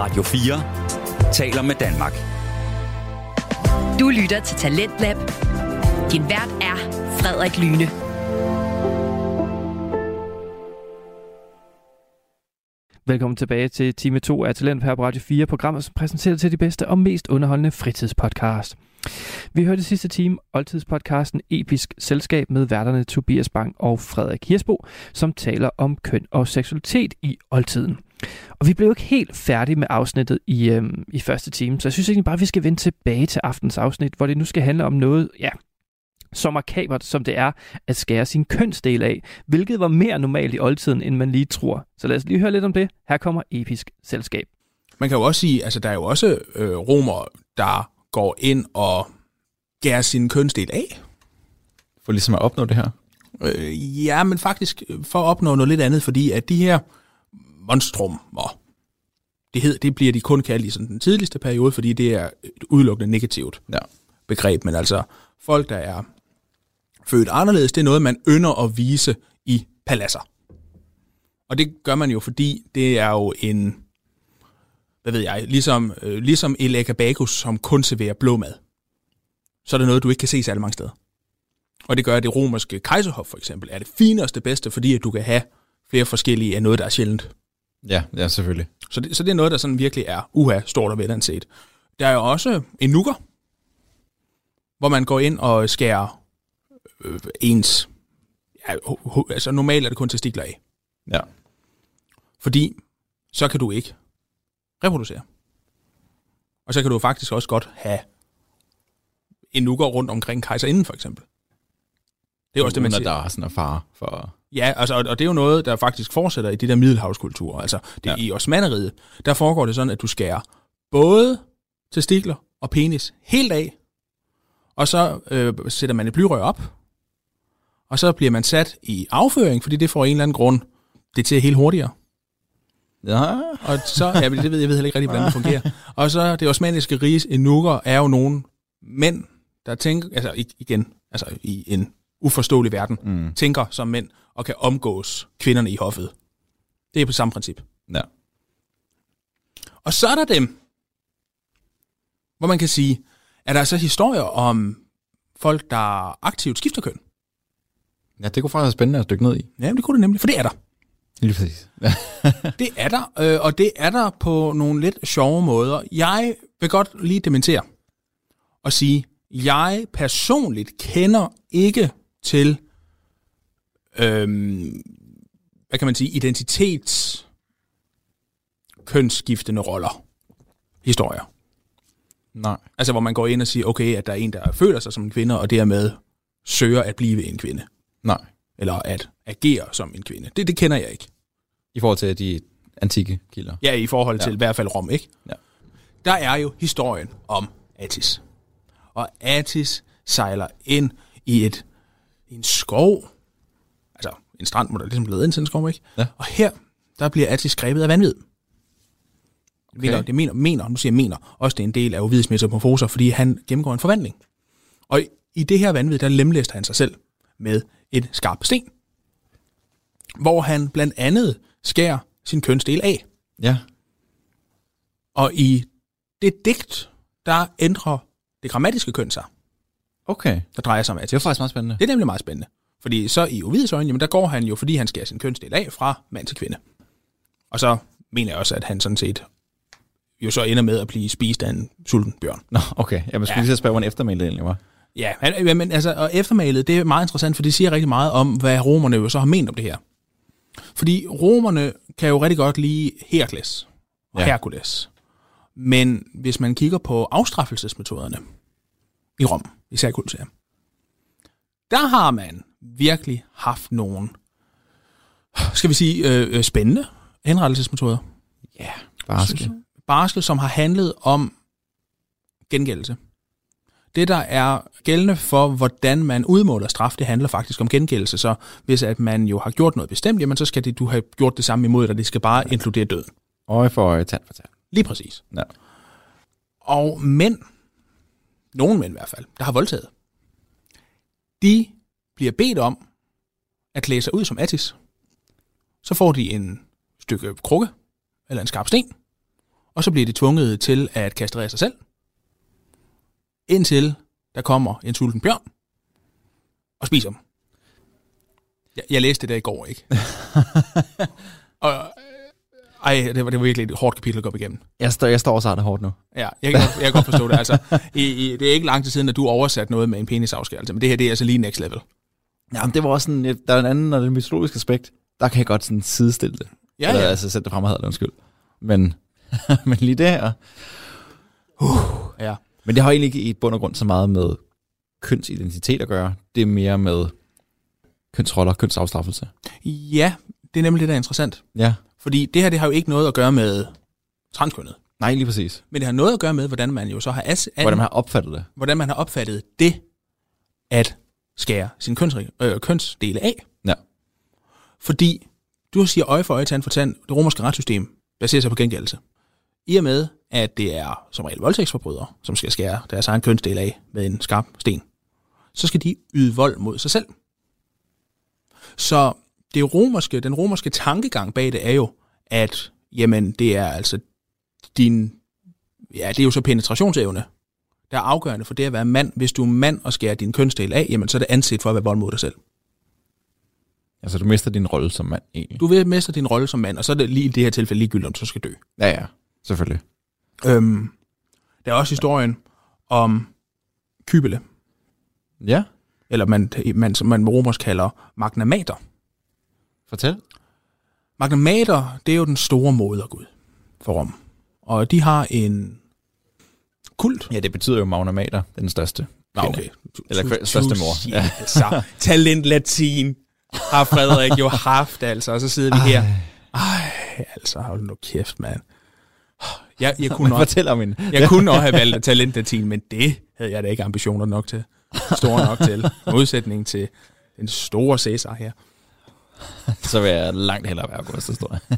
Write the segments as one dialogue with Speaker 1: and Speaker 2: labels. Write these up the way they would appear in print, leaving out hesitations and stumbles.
Speaker 1: Radio 4 taler med Danmark.
Speaker 2: Du lytter til Talentlab. Din vært er Frederik Lyne.
Speaker 3: Velkommen tilbage til time 2 af Talent her på Radio 4, programmet som præsenterer til de bedste og mest underholdende fritidspodcast. Vi hørte sidste time oldtidspodcasten Episk Selskab med værterne Tobias Bang og Frederik Hirsbo, som taler om køn og seksualitet i oldtiden. Og vi blev ikke helt færdige med afsnittet i første time, så jeg synes egentlig bare, at vi skal vende tilbage til aftens afsnit, hvor det nu skal handle om noget, så makabert som det er at skære sin kønsdel af, hvilket var mere normalt i oldtiden, end man lige tror. Så lad os lige høre lidt om det. Her kommer Episk Selskab.
Speaker 4: Man kan jo også sige, altså der er jo også romere, der går ind og skærer sin kønsdel af.
Speaker 5: For ligesom at opnå det her?
Speaker 4: Ja, men faktisk for at opnå noget lidt andet, fordi at de her monstrummer, det bliver de kun kaldt i sådan den tidligste periode, fordi det er et udelukkende negativt begreb. Men altså folk, der er født anderledes, det er noget, man ynder at vise i paladser. Og det gør man jo, fordi det er jo en, ligesom El Agabagus, som kun serverer blå mad. Så er det noget, du ikke kan se særlig mange steder. Og det gør, at det romerske kejserhof for eksempel er det fineste bedste, fordi at du kan have flere forskellige af noget, der er sjældent.
Speaker 5: Ja, selvfølgelig.
Speaker 4: Så det er noget, der sådan virkelig er stort og velanset. Der er jo også en nukker, hvor man går ind og skærer ens, altså normalt er det kun testikler af.
Speaker 5: Ja.
Speaker 4: Fordi så kan du ikke reproducere. Og så kan du faktisk også godt have en nukker rundt omkring kejserinden, for eksempel. Det er også det, man siger.
Speaker 5: Der er sådan en fare for...
Speaker 4: Ja, altså, og det er jo noget, der faktisk fortsætter i de der middelhavskulturer. Altså, i Osmaneriget, der foregår det sådan, at du skærer både testikler og penis helt af, og så sætter man et blyrør op, og så bliver man sat i afføring, fordi det får en eller anden grund det til helt hurtigere.
Speaker 5: Ja.
Speaker 4: Og så, jeg ved heller ikke rigtig, hvordan det fungerer. Og så det osmanniske riges enukker er jo nogle mænd, der tænker, altså i en uforståelig verden, tænker som mænd, og kan omgås kvinderne i hoffet. Det er på samme princip.
Speaker 5: Ja. Og
Speaker 4: så er der dem, hvor man kan sige, er der altså historier om folk, der aktivt skifter køn?
Speaker 5: Ja, det kunne faktisk være spændende at dykke ned i.
Speaker 4: Ja, det kunne det nemlig, for det er der.
Speaker 5: Lige præcis.
Speaker 4: Det er der, og det er der på nogle lidt sjove måder. Jeg vil godt lige dementere og sige, jeg personligt kender ikke til, hvad kan man sige, kønsskiftende roller, historier.
Speaker 5: Nej.
Speaker 4: Altså, hvor man går ind og siger, okay, at der er en, der føler sig som en kvinde, og dermed søger at blive en kvinde.
Speaker 5: Nej.
Speaker 4: Eller at agere som en kvinde. Det kender jeg ikke.
Speaker 5: I forhold til de antikke kilder?
Speaker 4: Ja, i forhold til i hvert fald Rom, ikke?
Speaker 5: Ja.
Speaker 4: Der er jo historien om Attis. Og Attis sejler ind i en skov, altså en strand, hvor der ligesom leder ind til en skov, ikke?
Speaker 5: Ja.
Speaker 4: Og her, der bliver Attis grebet af vanvid. Okay. Nu siger jeg mener, også det er en del af Ovids metamorfoser, fordi han gennemgår en forvandling. Og i det her vanvid, der lemlæster han sig selv med et skarpt sten, hvor han blandt andet skærer sin kønsdel af.
Speaker 5: Ja.
Speaker 4: Og i det digt, der ændrer det grammatiske køn sig.
Speaker 5: Okay.
Speaker 4: Der drejer sig om Attis.
Speaker 5: Det er faktisk meget spændende.
Speaker 4: Det er nemlig meget spændende. Fordi så i Ovids øjne, jamen der går han jo, fordi han skærer sin kønsdel af fra mand til kvinde. Og så mener jeg også, at han sådan set jo så ender med at blive spist af en sulten bjørn.
Speaker 5: Nå, okay. Jeg skulle lige så spørge, hvordan eftermælet egentlig var.
Speaker 4: Ja, men altså, og eftermælet, det er meget interessant, for det siger rigtig meget om, hvad romerne jo så har ment om det her. Fordi romerne kan jo rigtig godt lide Herakles og Herkules. Men hvis man kigger på afstraffelsesmetoderne i Rom, især Colosseum, der har man virkelig haft nogle, skal vi sige, spændende henrettelsesmetoder.
Speaker 5: Ja,
Speaker 4: barske, som har handlet om gengældelse. Det, der er gældende for, hvordan man udmåler straf, det handler faktisk om gengældelse. Så hvis at man jo har gjort noget bestemt, jamen så skal du have gjort det samme imod dig. Det skal bare inkludere døden.
Speaker 5: Øje for øje, tand for tand.
Speaker 4: Lige præcis.
Speaker 5: Ja.
Speaker 4: Og mænd, nogle mænd i hvert fald, der har voldtaget, de bliver bedt om at klæde sig ud som Attis. Så får de en stykke krukke, eller en skarp sten, og så bliver de tvunget til at kastrere sig selv, indtil der kommer en sulten bjørn og spiser dem. Jeg læste det der i går, ikke? Og, det var virkelig et hårdt kapitel at gå op igennem.
Speaker 5: Jeg står også det hårdt nu.
Speaker 4: Ja, jeg kan godt forstå det. Altså, det er ikke lang tid siden, at du oversat noget med en penisafskærelse, men det her, det er altså lige next level.
Speaker 5: Ja, men det var også sådan, der er en anden, og det mytologiske aspekt, der kan jeg godt sådan sidestille det.
Speaker 4: Ja, ja.
Speaker 5: Altså sætte det frem og havde det, undskyld. Men lige det her...
Speaker 4: Ja.
Speaker 5: Men det har egentlig ikke i bund og grund så meget med kønsidentitet at gøre. Det er mere med kønsroller, kønsafstraffelse.
Speaker 4: Ja, det er nemlig det, der er interessant.
Speaker 5: Ja.
Speaker 4: Fordi det her, det har jo ikke noget at gøre med transkønnet.
Speaker 5: Nej, lige præcis.
Speaker 4: Men det har noget at gøre med, hvordan man jo så har...
Speaker 5: Hvordan man har opfattet det.
Speaker 4: Hvordan man har opfattet det, at skære sin kønsdele af.
Speaker 5: Ja.
Speaker 4: Fordi, du siger øje for øje, tand for tand, det romerske retssystem baserer sig på gengældelse. I og med, at det er som regel voldtægtsforbrydere, som skal skære deres egen kønsdel af med en skarp sten, så skal de yde vold mod sig selv. Så den romerske tankegang bag det er jo, at jamen, det er altså det er jo så penetrationsevne, der er afgørende for det at være mand. Hvis du er mand og skærer din kønsdel af, jamen, så er det anset for at være vold mod dig selv.
Speaker 5: Altså, du mister din rolle som mand, egentlig.
Speaker 4: Du vil miste din rolle som mand, og så er det lige i det her tilfælde ligegyldigt, om du så skal dø.
Speaker 5: Ja, selvfølgelig.
Speaker 4: Der er også historien om Kybele,
Speaker 5: Ja,
Speaker 4: eller man som man romersk kalder Magna Mater.
Speaker 5: fortæl.
Speaker 4: Magna Mater, det er jo den store modergud for Rom. Og de har en kult.
Speaker 5: Ja, det betyder jo Magna Mater, den største.
Speaker 4: Okay.
Speaker 5: Eller største mor.
Speaker 4: Ja. Altså, talentlatin har Frederik jo haft, altså. Og så sidder de her. Altså, hold nu kæft, mand. Jeg kunne også have valgt talentlatin, men det havde jeg da ikke ambitioner nok til. Store nok til. Modsætning til den store Cæsar her.
Speaker 5: Så vil jeg langt hellere være Augustus, tror jeg.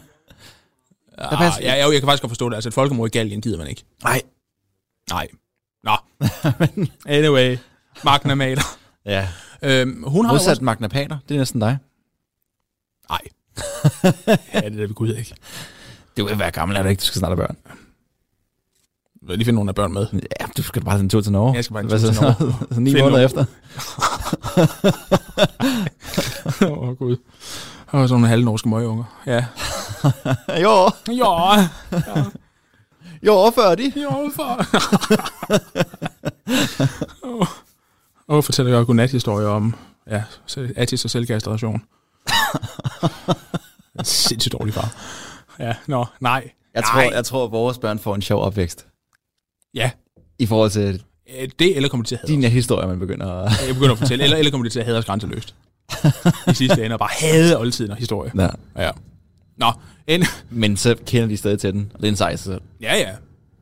Speaker 4: Jeg kan faktisk godt forstå det. Altså, et folkemord i Gallien gider man ikke. Nej. Nå. Anyway. Magna Mater.
Speaker 5: Ja.
Speaker 4: Hun har
Speaker 5: modsat
Speaker 4: også...
Speaker 5: Magna Pater, det er næsten dig.
Speaker 4: Nej. Ja, det er vi Gud ikke.
Speaker 5: Det vil være gammel, er det ikke? Du skal snart have børn.
Speaker 4: Jeg vil lige finde nogle af børn med.
Speaker 5: Ja, du skal bare tage en tur til Norge.
Speaker 4: Jeg skal bare en tur til Norge.
Speaker 5: Så 9 måneder efter.
Speaker 4: Gud. Og sådan nogle halvnorske møgeunger. Ja.
Speaker 5: Jo. Jo, 40.
Speaker 4: Jo, for. Fortæller jeg godnat-historie om Attis og selvkastration. En sindssygt dårlig far. Ja, nej.
Speaker 5: Jeg tror, at vores børn får en sjov opvækst.
Speaker 4: Ja.
Speaker 5: I forhold til
Speaker 4: det, eller kommer de til at hade
Speaker 5: dine historier, man begynder at...
Speaker 4: Jeg begynder at fortælle, eller kommer de til at hade os grænseløst. I sidste ende, og bare hade oldtiden og historie. Ja. Nå,
Speaker 5: men så kender de stadig til den, og det er en sejr sig selv.
Speaker 4: Ja.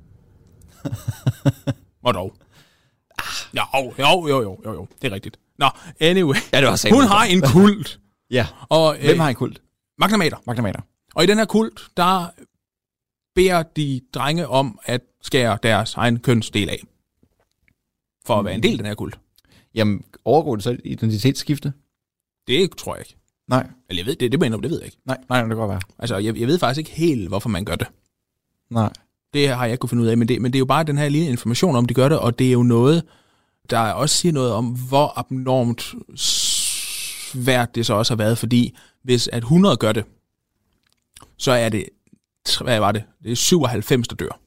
Speaker 4: Og dog. Jo. Det er rigtigt. Nå, anyway.
Speaker 5: Ja, det var
Speaker 4: hun har en kult.
Speaker 5: Ja.
Speaker 4: Og,
Speaker 5: hvem har en kult?
Speaker 4: Magna Mater. Og i den her kult, der beder de drenge om at skære deres egen kønsdel af. For at være en del af den her kult.
Speaker 5: Jamen, overgår det så identitetsskifte?
Speaker 4: Det tror jeg ikke.
Speaker 5: Nej.
Speaker 4: Eller jeg ved det, det ved jeg ikke.
Speaker 5: Nej, det kan godt være.
Speaker 4: Altså, jeg ved faktisk ikke helt, hvorfor man gør det.
Speaker 5: Nej.
Speaker 4: Det har jeg ikke kunne finde ud af, men det er jo bare den her lille information om, de gør det, og det er jo noget, der også siger noget om, hvor abnormt svært det så også har været, fordi hvis at 100 gør det, så er det, hvad var det? Det er 97, der dør.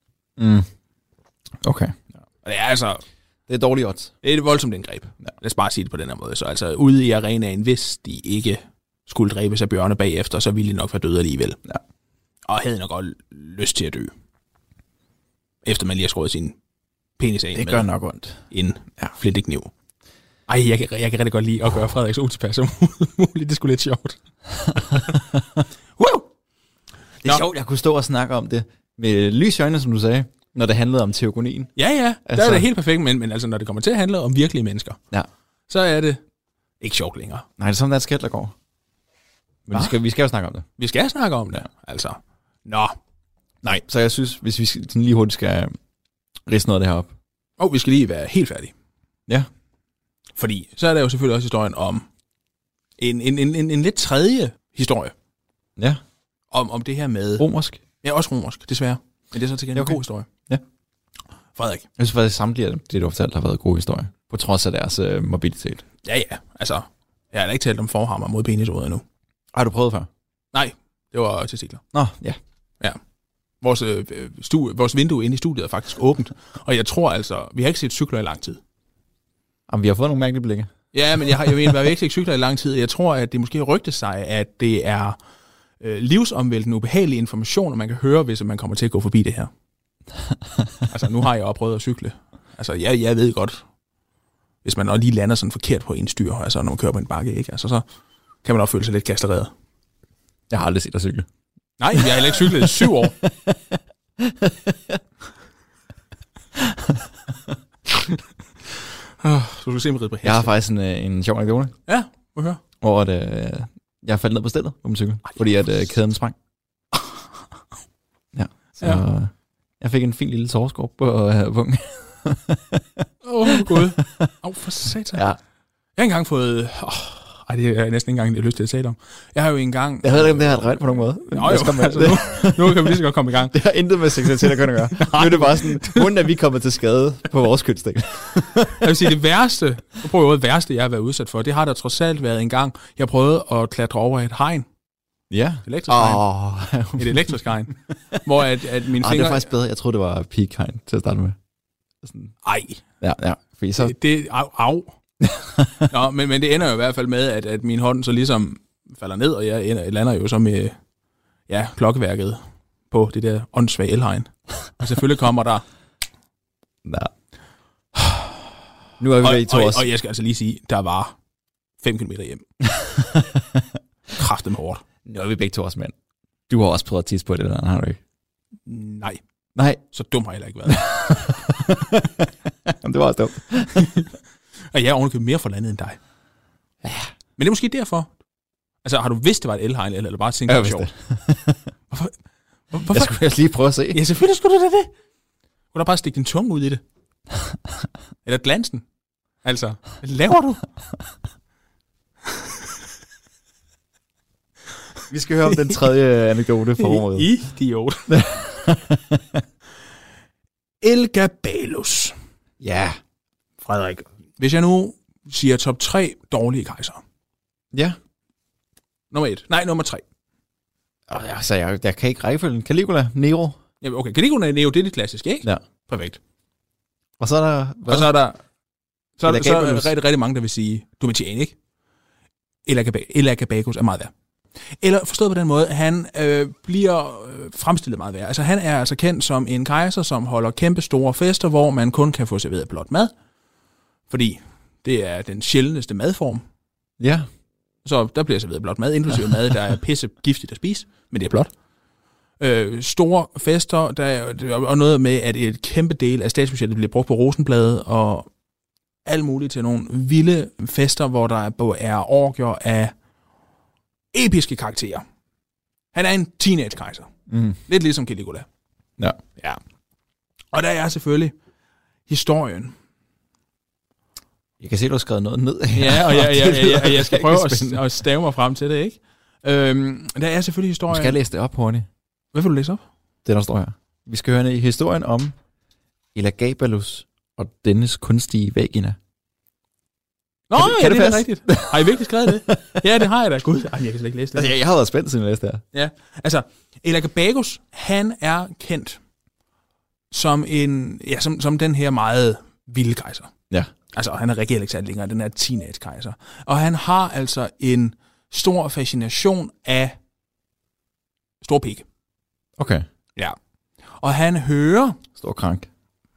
Speaker 5: Okay.
Speaker 4: Og det er altså...
Speaker 5: Det er dårligt odds.
Speaker 4: Det er et voldsomt indgreb. Ja. Lad os bare sige det på den her måde. Så altså ude i arenaen, hvis de ikke skulle dræbes af bjørne bagefter, så ville de nok være døde alligevel. Ja. Og havde nok også lyst til at dø. Efter man lige har skåret sin penis af.
Speaker 5: Det gør nok ondt.
Speaker 4: En flittig kniv. Ej, jeg kan rigtig godt lide at gøre Frederiks utilpas som muligt. Det skulle lidt sjovt. Woo!
Speaker 5: Det er sjovt, jeg kunne stå og snakke om det med lys i øjnene, som du sagde, når det handlede om teogonien.
Speaker 4: Ja, altså, der er det helt perfekt, men altså, når det kommer til at handle om virkelige mennesker, så er det ikke sjovt længere.
Speaker 5: Nej, det er sådan, der er et skæld, der går. Men vi skal jo snakke om det.
Speaker 4: Vi skal snakke om det, altså. Nå.
Speaker 5: Nej, så jeg synes, hvis vi lige hurtigt skal ridse noget af det her op.
Speaker 4: Vi skal lige være helt færdige.
Speaker 5: Ja.
Speaker 4: Fordi så er der jo selvfølgelig også historien om en lidt tredje historie.
Speaker 5: Ja.
Speaker 4: Om det her med...
Speaker 5: Romersk.
Speaker 4: Ja, også romersk, desværre. Men det er så til gengæld en god historie.
Speaker 5: Ja.
Speaker 4: Frederik.
Speaker 5: Jeg synes faktisk, samtlige af det, du har fortalt, har været gode historier. På trods af deres mobilitet.
Speaker 4: Ja, altså. Jeg har da ikke talt om forhammer mod penisrådet endnu.
Speaker 5: Har du prøvet før?
Speaker 4: Nej, det var testikler.
Speaker 5: Nå, ja.
Speaker 4: Ja. Vores vindue inde i studiet er faktisk åbent. Og jeg tror altså, vi har ikke set cykler i lang tid.
Speaker 5: Jamen, vi har fået nogle mærkelige blikke.
Speaker 4: Ja, men jeg har ikke set cykler i lang tid. Jeg tror, at det måske rygter sig, at det er livsomvæltende ubehagelige informationer, man kan høre, hvis man kommer til at gå forbi det her. Altså, nu har jeg også prøvet at cykle. Altså, jeg ved godt, hvis man også lige lander sådan forkert på en styr, altså når man kører på en bakke, ikke? Altså, så kan man også føle sig lidt kastreret.
Speaker 5: Jeg har aldrig set dig cykle.
Speaker 4: Nej, jeg har heller ikke cyklet i 7 år. Så du kan se mig ride på heste.
Speaker 5: Jeg har faktisk en sjov anekdote.
Speaker 4: Ja, må høre.
Speaker 5: Hvor jeg faldt ned på stillet på min cykel, fordi at kæden sprang. Ja, så jeg fik en fin lille sårskår på pungen.
Speaker 4: Gud. For satan.
Speaker 5: Ja.
Speaker 4: Jeg har engang fået... det er næsten ikke engang, jeg har lyst til at tale om. Jeg har jo engang...
Speaker 5: Jeg ved ikke, om det har ret på nogen måde.
Speaker 4: Nu kan vi lige så godt komme i gang.
Speaker 5: Det har intet med seksualitet at gøre. Nu er det bare sådan, hvordan er vi kommet til skade på vores kønsdel?
Speaker 4: Jeg vil sige, det værste, jeg har været udsat for, det har der trods alt været en gang. Jeg prøvede at klatre over et hegn.
Speaker 5: Ja.
Speaker 4: Elektrisk hegn. Et elektrisk hegn. Hvor at mine fingre...
Speaker 5: det var faktisk bedre. Jeg troede, det var peak-hegn til at starte med.
Speaker 4: Ej.
Speaker 5: Ja. Fordi så...
Speaker 4: Au. Nå, men det ender jo i hvert fald med, at min hånd så ligesom falder ned, og jeg lander jo så med klokkeværket på det der åndssvage elhegn. Og selvfølgelig kommer der...
Speaker 5: Ja. Nu er vi ved i to
Speaker 4: og jeg skal altså lige sige, der var 5 kilometer hjem. Kraftedeme hårdt.
Speaker 5: Nu er vi begge to også mand. Du har også prøvet at tisse på det der, har du ikke?
Speaker 4: Nej. Så dum har jeg heller ikke været.
Speaker 5: Jamen, det var også dumt.
Speaker 4: Og jeg er ovenikøbet mere for landet end dig. Ja. Men det er måske derfor. Altså, har du vidst, det var et elhegn, eller bare tænkt, det var sjovt? Hvorfor?
Speaker 5: Jeg skulle lige prøve at se.
Speaker 4: Ja, selvfølgelig skulle du det. Kunne du bare stikke din tunge ud i det? Eller glansen? Altså, hvad laver du?
Speaker 5: Vi skal høre om den tredje anekdote for rummet.
Speaker 4: Idiot. Elagabalus.
Speaker 5: Ja.
Speaker 4: Frederik. Hvis jeg nu siger top 3 dårlige kejsere.
Speaker 5: Ja.
Speaker 4: Nummer 3.
Speaker 5: Altså, jeg kan ikke rækkefølgen. Caligula, Nero.
Speaker 4: Ja, okay, Caligula og Nero, det er det klassiske, ikke?
Speaker 5: Ja.
Speaker 4: Perfekt.
Speaker 5: Og så er der...
Speaker 4: Hvad? Og så er der rigtig mange, der vil sige Domitian, ikke? Elagabalus er meget værd. Eller forstået på den måde, han bliver fremstillet meget værd. Altså, han er altså kendt som en kejser, som holder kæmpe store fester, hvor man kun kan få serveret blot mad. Fordi det er den sjældneste madform.
Speaker 5: Ja.
Speaker 4: Så der bliver serveret blot mad, inklusive mad, der er pisse giftigt at spise, men det er blot. Store fester, og noget med, at et kæmpe del af statsbudgettet bliver brugt på rosenblade, og alt muligt til nogle vilde fester, hvor der er orgier af episke karakterer. Han er en teenage-kejser. Lidt ligesom Caligula. Ja. Og der er selvfølgelig historien.
Speaker 5: Jeg kan se, du har skrevet noget ned.
Speaker 4: Ja, og jeg skal prøve at stave mig frem til det, ikke? Der er selvfølgelig historien.
Speaker 5: Du skal læse det op, Horny.
Speaker 4: Hvad vil du læse op?
Speaker 5: Det, der står her. Vi skal høre ned i historien om Elagabalus og dennes kunstige vagina.
Speaker 4: Nå, kan det er rigtigt. Har I virkelig skrevet det? Ja, det har jeg da. Gud, jeg kan slet ikke læse det.
Speaker 5: Altså, jeg har været spændt, siden jeg læste det her.
Speaker 4: Ja, altså, Elagabalus, han er kendt som som den her meget vilde kejser.
Speaker 5: Ja.
Speaker 4: Altså, han er rigtig ikke længere, den er teenage-kejser. Og han har altså en stor fascination af stor pik.
Speaker 5: Okay.
Speaker 4: Ja. Og han hører...
Speaker 5: Stor krank.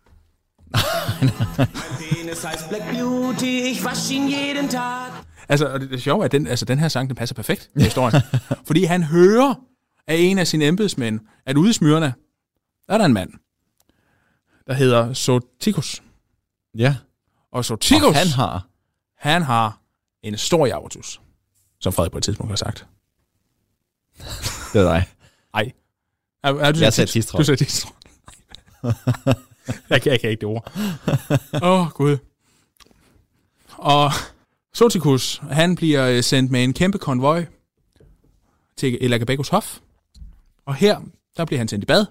Speaker 4: Altså, og det er sjovt, at den her sang, den passer perfekt i historien. Fordi han hører af en af sine embedsmænd, at ude i Smyrna, der er der en mand, der hedder Soticus.
Speaker 5: Ja.
Speaker 4: Og Soticus,
Speaker 5: han
Speaker 4: har en stor javertus, som Frederik på et tidspunkt har sagt.
Speaker 5: Det er dig.
Speaker 4: Nej.
Speaker 5: Jeg sagde tidstråd.
Speaker 4: Du sagde tidstråd. Jeg kan ikke det ord. Gud. Og Soticus, han bliver sendt med en kæmpe konvoj til Elagabalus hof. Og her, der bliver han sendt i bad.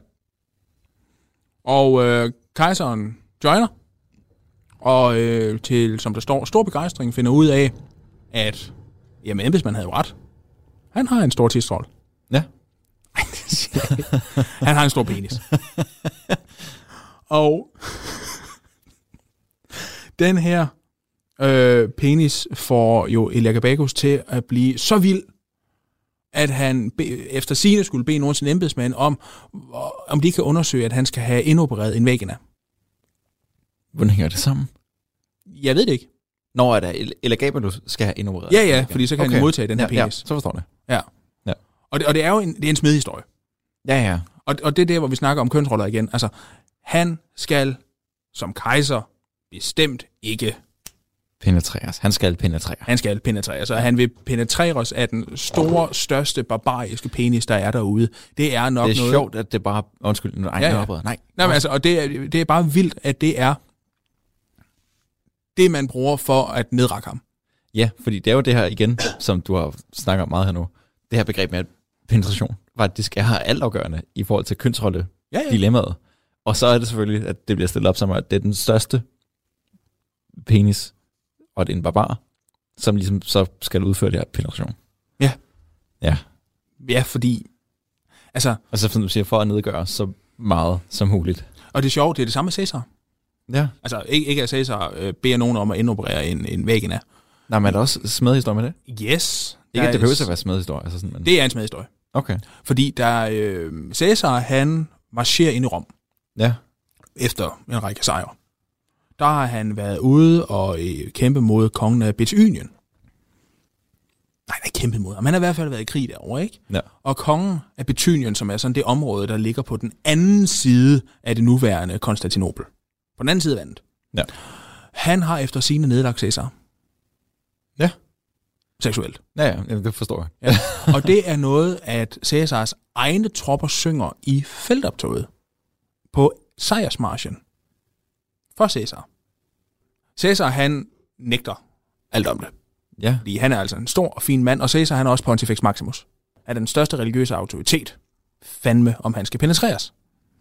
Speaker 4: Og kejseren joiner. Og til, som der står, stor begejstring finder ud af, at jamen, embedsmanden havde jo ret. Han har en stor tidsstrål.
Speaker 5: Ja.
Speaker 4: Han har en stor penis. Og den her penis får jo Elagabalus til at blive så vild, at han efter sigende skulle bede nogen af sine embedsmænd om de kan undersøge, at han skal have indopereret en vagina.
Speaker 5: Hvordan hænger det sammen?
Speaker 4: Jeg ved det ikke.
Speaker 5: Når er der Elagabalus skal have indopereret?
Speaker 4: Ja, fordi så kan han modtage den her penis.
Speaker 5: Ja, så forstår det.
Speaker 4: Ja. Og det er jo en smedehistorie.
Speaker 5: Ja.
Speaker 4: Og det er der, hvor vi snakker om kønsroller igen. Altså, han skal som kejser bestemt ikke
Speaker 5: penetreres. Han skal penetreres.
Speaker 4: Og han vil penetreres af den største barbariske penis, der er derude. Det er nok noget...
Speaker 5: Det er sjovt, at det bare... Undskyld, Nej,
Speaker 4: men altså, og det er bare vildt, at det er det, man bruger for at nedrakke ham.
Speaker 5: Ja, fordi det er jo det her igen, som du har snakket om meget her nu. Det her begreb med penetration, faktisk er altafgørende i forhold til kønsrolle dilemmaet. Og så er det selvfølgelig, at det bliver stillet op som, at det er den største penis, og det er en barbar, som ligesom så skal udføre det her penetration.
Speaker 4: Ja, fordi... Altså,
Speaker 5: som du siger, for at nedgøre så meget som muligt.
Speaker 4: Og det er sjovt, det er det samme med Cæsar.
Speaker 5: Ja.
Speaker 4: Altså, ikke at Cæsar beder nogen om at indoperere en vagina.
Speaker 5: Nej, men er der også smedhistorie med det?
Speaker 4: Yes.
Speaker 5: Ikke, at det behøver at være smedhistorie. Altså sådan, men...
Speaker 4: Det er en smedhistorie.
Speaker 5: Okay.
Speaker 4: Fordi Cæsar, han marcherer ind i Rom.
Speaker 5: Ja.
Speaker 4: Efter en række sejre. Der har han været ude og kæmpe mod kongen af Bithynien. Nej, han har ikke kæmpet mod ham. Han har i hvert fald været i krig derovre, ikke?
Speaker 5: Ja.
Speaker 4: Og kongen af Bithynien, som er sådan det område, der ligger på den anden side af det nuværende Konstantinopel. På den anden side af vandet.
Speaker 5: Ja.
Speaker 4: Han har efter sigende nedlagt Cæsar.
Speaker 5: Ja.
Speaker 4: Seksuelt.
Speaker 5: Ja, det forstår jeg.
Speaker 4: Ja. Og det er noget, at Cæsars egne tropper synger i feltoptoget på sejrsmarchen for Cæsar. Cæsar, han nægter alt om det.
Speaker 5: Ja.
Speaker 4: Fordi han er altså en stor og fin mand, og Cæsar, han er også Pontifex Maximus. Er den største religiøse autoritet. Fandme, om han skal penetreres.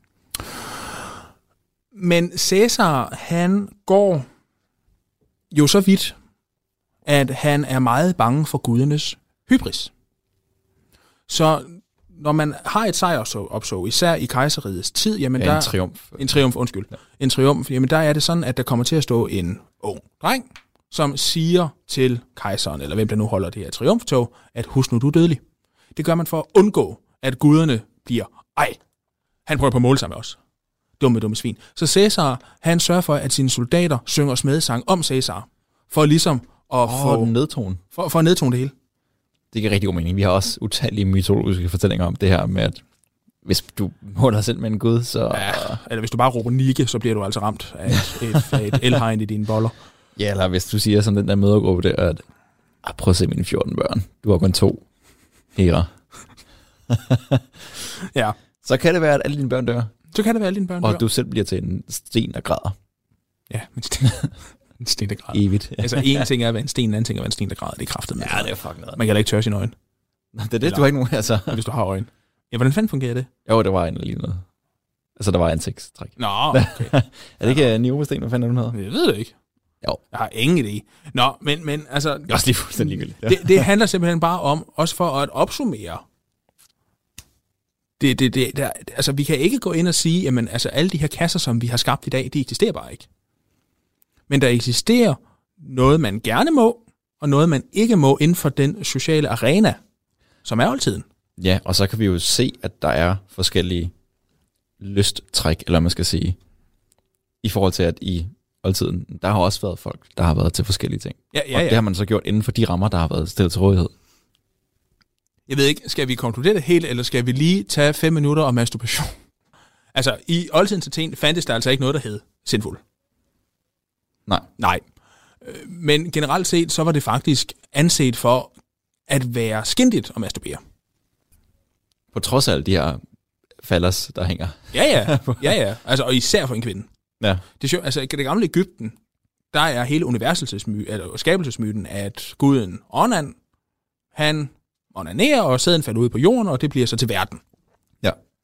Speaker 4: Men Cæsar, han går jo så vidt, at han er meget bange for gudernes hybris. Så når man har et sejrsopsog, især i kejserrigets tid, jamen
Speaker 5: en triumf.
Speaker 4: En triumf, jamen der er det sådan, at der kommer til at stå en ung dreng, som siger til kejseren, eller hvem der nu holder det her triumftog, at husk nu, du er dødelig. Det gør man for at undgå, at guderne bliver, han prøver på at måle sig med os. Dumme svin. Så Cæsar, han sørger for, at sine soldater synger smedesang om Cæsar, for ligesom at få
Speaker 5: nedtone.
Speaker 4: For at nedtone det hele.
Speaker 5: Det giver rigtig god mening. Vi har også utallige mytologiske fortællinger om det her med, at hvis du måler dig selv med en gud, så...
Speaker 4: Ja, eller hvis du bare råber Nike, så bliver du altså ramt af et elhegn i dine boller.
Speaker 5: Ja, eller hvis du siger som den der mødergruppe der, at prøv at se mine 14 børn. Du har kun 2 her.
Speaker 4: Ja.
Speaker 5: Så kan det være, at alle dine børn dør. Og du selv bliver til en sten, der græder.
Speaker 4: Ja, en sten, der græder.
Speaker 5: Evigt.
Speaker 4: Altså, en ting er at være en sten, en anden ting er at være en sten, der græder. Det er kraftet med.
Speaker 5: Ja, det er fucking noget.
Speaker 4: Man kan da ikke tørre sine øjne.
Speaker 5: Det er det, du har ikke nogen her, så.
Speaker 4: Hvis du har øjne. Ja, hvordan fanden fungerer det?
Speaker 5: Jo, det var en lige noget. Altså, der var ansigtstræk.
Speaker 4: Nå, okay.
Speaker 5: Er det ikke Niobesten, hvad fanden er det,
Speaker 4: Jeg ved det ikke.
Speaker 5: Jo.
Speaker 4: Jeg har ingen idé. Nå, men altså...
Speaker 5: Det er også lige fuldstændig ligegyldigt.
Speaker 4: Ja. Det handler simpelthen bare om, også for at opsummere. Altså, vi kan ikke gå ind og sige, jamen, altså, alle de her kasser, som vi har skabt i dag, de eksisterer bare ikke. Men der eksisterer noget, man gerne må, og noget, man ikke må inden for den sociale arena, som er oldtiden.
Speaker 5: Ja, og så kan vi jo se, at der er forskellige lysttræk, eller man skal sige, i forhold til, at i oldtiden, der har også været folk, der har været til forskellige ting.
Speaker 4: Ja.
Speaker 5: Og det har man så gjort inden for de rammer, der har været stillet til rådighed.
Speaker 4: Jeg ved ikke, skal vi konkludere det helt, eller skal vi lige tage 5 minutter om masturbation? Altså, i oldtidens Athen fandtes der altså ikke noget, der hed sindfuld. Nej. Men generelt set, så var det faktisk anset for at være skændigt at masturbere.
Speaker 5: På trods af alle de her fallers, der hænger.
Speaker 4: Ja. Altså, og især for en kvinde.
Speaker 5: Ja.
Speaker 4: Det gamle Egypten, der er hele skabelsesmyten, at guden Onan, han onanerer, og sæden falder ud på jorden, og det bliver så til verden.
Speaker 5: Ja.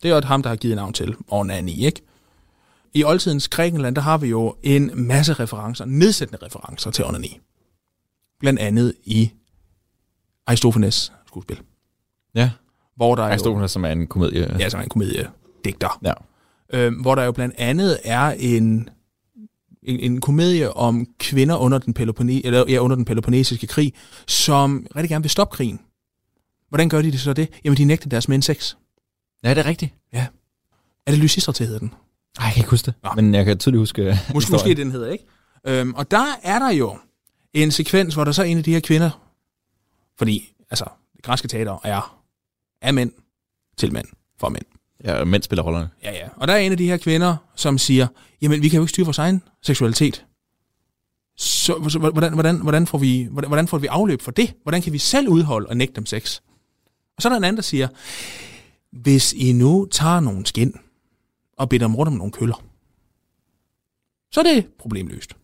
Speaker 4: Det er jo ham, der har givet navn til onani, ikke? I oldtidens Grækenland, der har vi jo en masse referencer, nedsættende referencer til onani. Blandt andet i Aristofanes skuespil.
Speaker 5: Ja.
Speaker 4: Hvor der
Speaker 5: Aristofanes, som er en komedie.
Speaker 4: Ja, som er en komediedigter.
Speaker 5: Ja.
Speaker 4: Hvor der jo blandt andet er en komedie om kvinder under den peloponnesiske krig, som rigtig gerne vil stoppe krigen. Hvordan gør de det så det? Jamen, de nægter deres mænd sex.
Speaker 5: Ja, det er rigtigt.
Speaker 4: Ja. Er det Lysistrate, hedder den?
Speaker 5: Nej, jeg kan ikke huske det. Nå. Men jeg kan tydeligt huske
Speaker 4: Måske den hedder, ikke? Og der er der jo en sekvens, hvor der så er en af de her kvinder, fordi, altså, det græske teater er mænd til mænd for mænd.
Speaker 5: Ja, og mænd spiller rollerne.
Speaker 4: Ja. Og der er en af de her kvinder, som siger, jamen, vi kan jo ikke styre vores egen seksualitet. Så hvordan får vi afløb for det? Hvordan kan vi selv udholde og nægte dem sex? Og så er der en anden, der siger, hvis I nu tager nogle skin og binder dem rundt om nogle køller, så er det problemløst.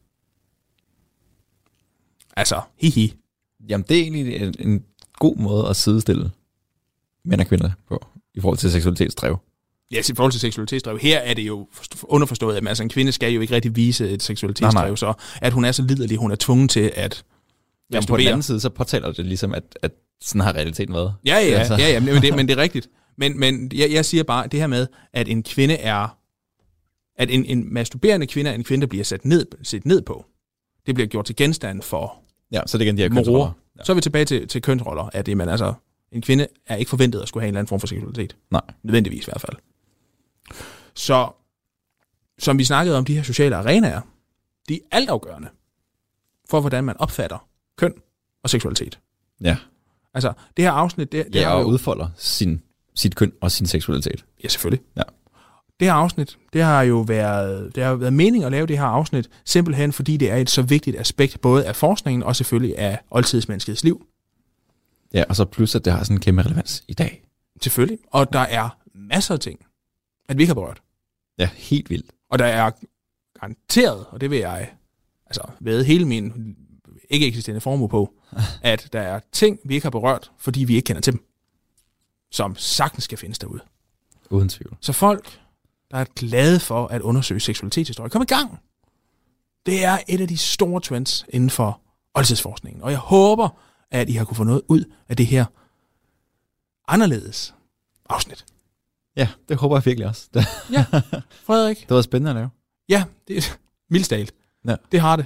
Speaker 4: Altså, hihi.
Speaker 5: Jamen, det er egentlig en god måde at sidestille mænd og kvinder på, i forhold til seksualitetsdrev.
Speaker 4: Ja, i forhold til seksualitetsdrev. Her er det jo underforstået, at altså, en kvinde skal jo ikke rigtig vise et seksualitetsdrev, så at hun er så liderlig, hun er tvunget til at
Speaker 5: jamen, på den anden side, så påtaler det ligesom, at sådan har realiteten været.
Speaker 4: Ja, men det er rigtigt. Men jeg siger bare, det her med, at en kvinde er, at en masturberende kvinde er en kvinde, der bliver set ned på. Det bliver gjort til genstand for
Speaker 5: ja, så det igen de her kønsroller.
Speaker 4: Ja. Så er vi tilbage til kønsroller, at det, man altså, en kvinde er ikke forventet at skulle have en eller anden form for seksualitet.
Speaker 5: Nej.
Speaker 4: Nødvendigvis i hvert fald. Så, som vi snakkede om, de her sociale arenaer, de er altafgørende for, hvordan man opfatter køn og seksualitet.
Speaker 5: Ja.
Speaker 4: Altså, det her afsnit... Det
Speaker 5: og udfolder sit køn og sin seksualitet.
Speaker 4: Ja, selvfølgelig.
Speaker 5: Ja.
Speaker 4: Det her afsnit, det har jo været meningen at lave det her afsnit, simpelthen fordi det er et så vigtigt aspekt, både af forskningen og selvfølgelig af oldtidsmenneskets liv.
Speaker 5: Ja, og så plus, at det har sådan en kæmpe relevans i dag.
Speaker 4: Selvfølgelig. Og der er masser af ting, at vi ikke har berørt.
Speaker 5: Ja, helt vildt.
Speaker 4: Og der er garanteret, og det vil jeg ved hele min ikke eksisterende formue på, at der er ting, vi ikke har berørt, fordi vi ikke kender til dem, som sagtens skal findes derude.
Speaker 5: Uden tvivl.
Speaker 4: Så folk, der er glade for at undersøge seksualitetshistorie, kom i gang. Det er et af de store trends inden for oldtidsforskningen, og jeg håber, at I har kunne få noget ud af det her anderledes afsnit.
Speaker 5: Ja, det håber jeg virkelig også.
Speaker 4: Ja, Frederik.
Speaker 5: Det var spændende at lave.
Speaker 4: Ja, det er mildstalt.
Speaker 5: Ja.
Speaker 4: Det har det.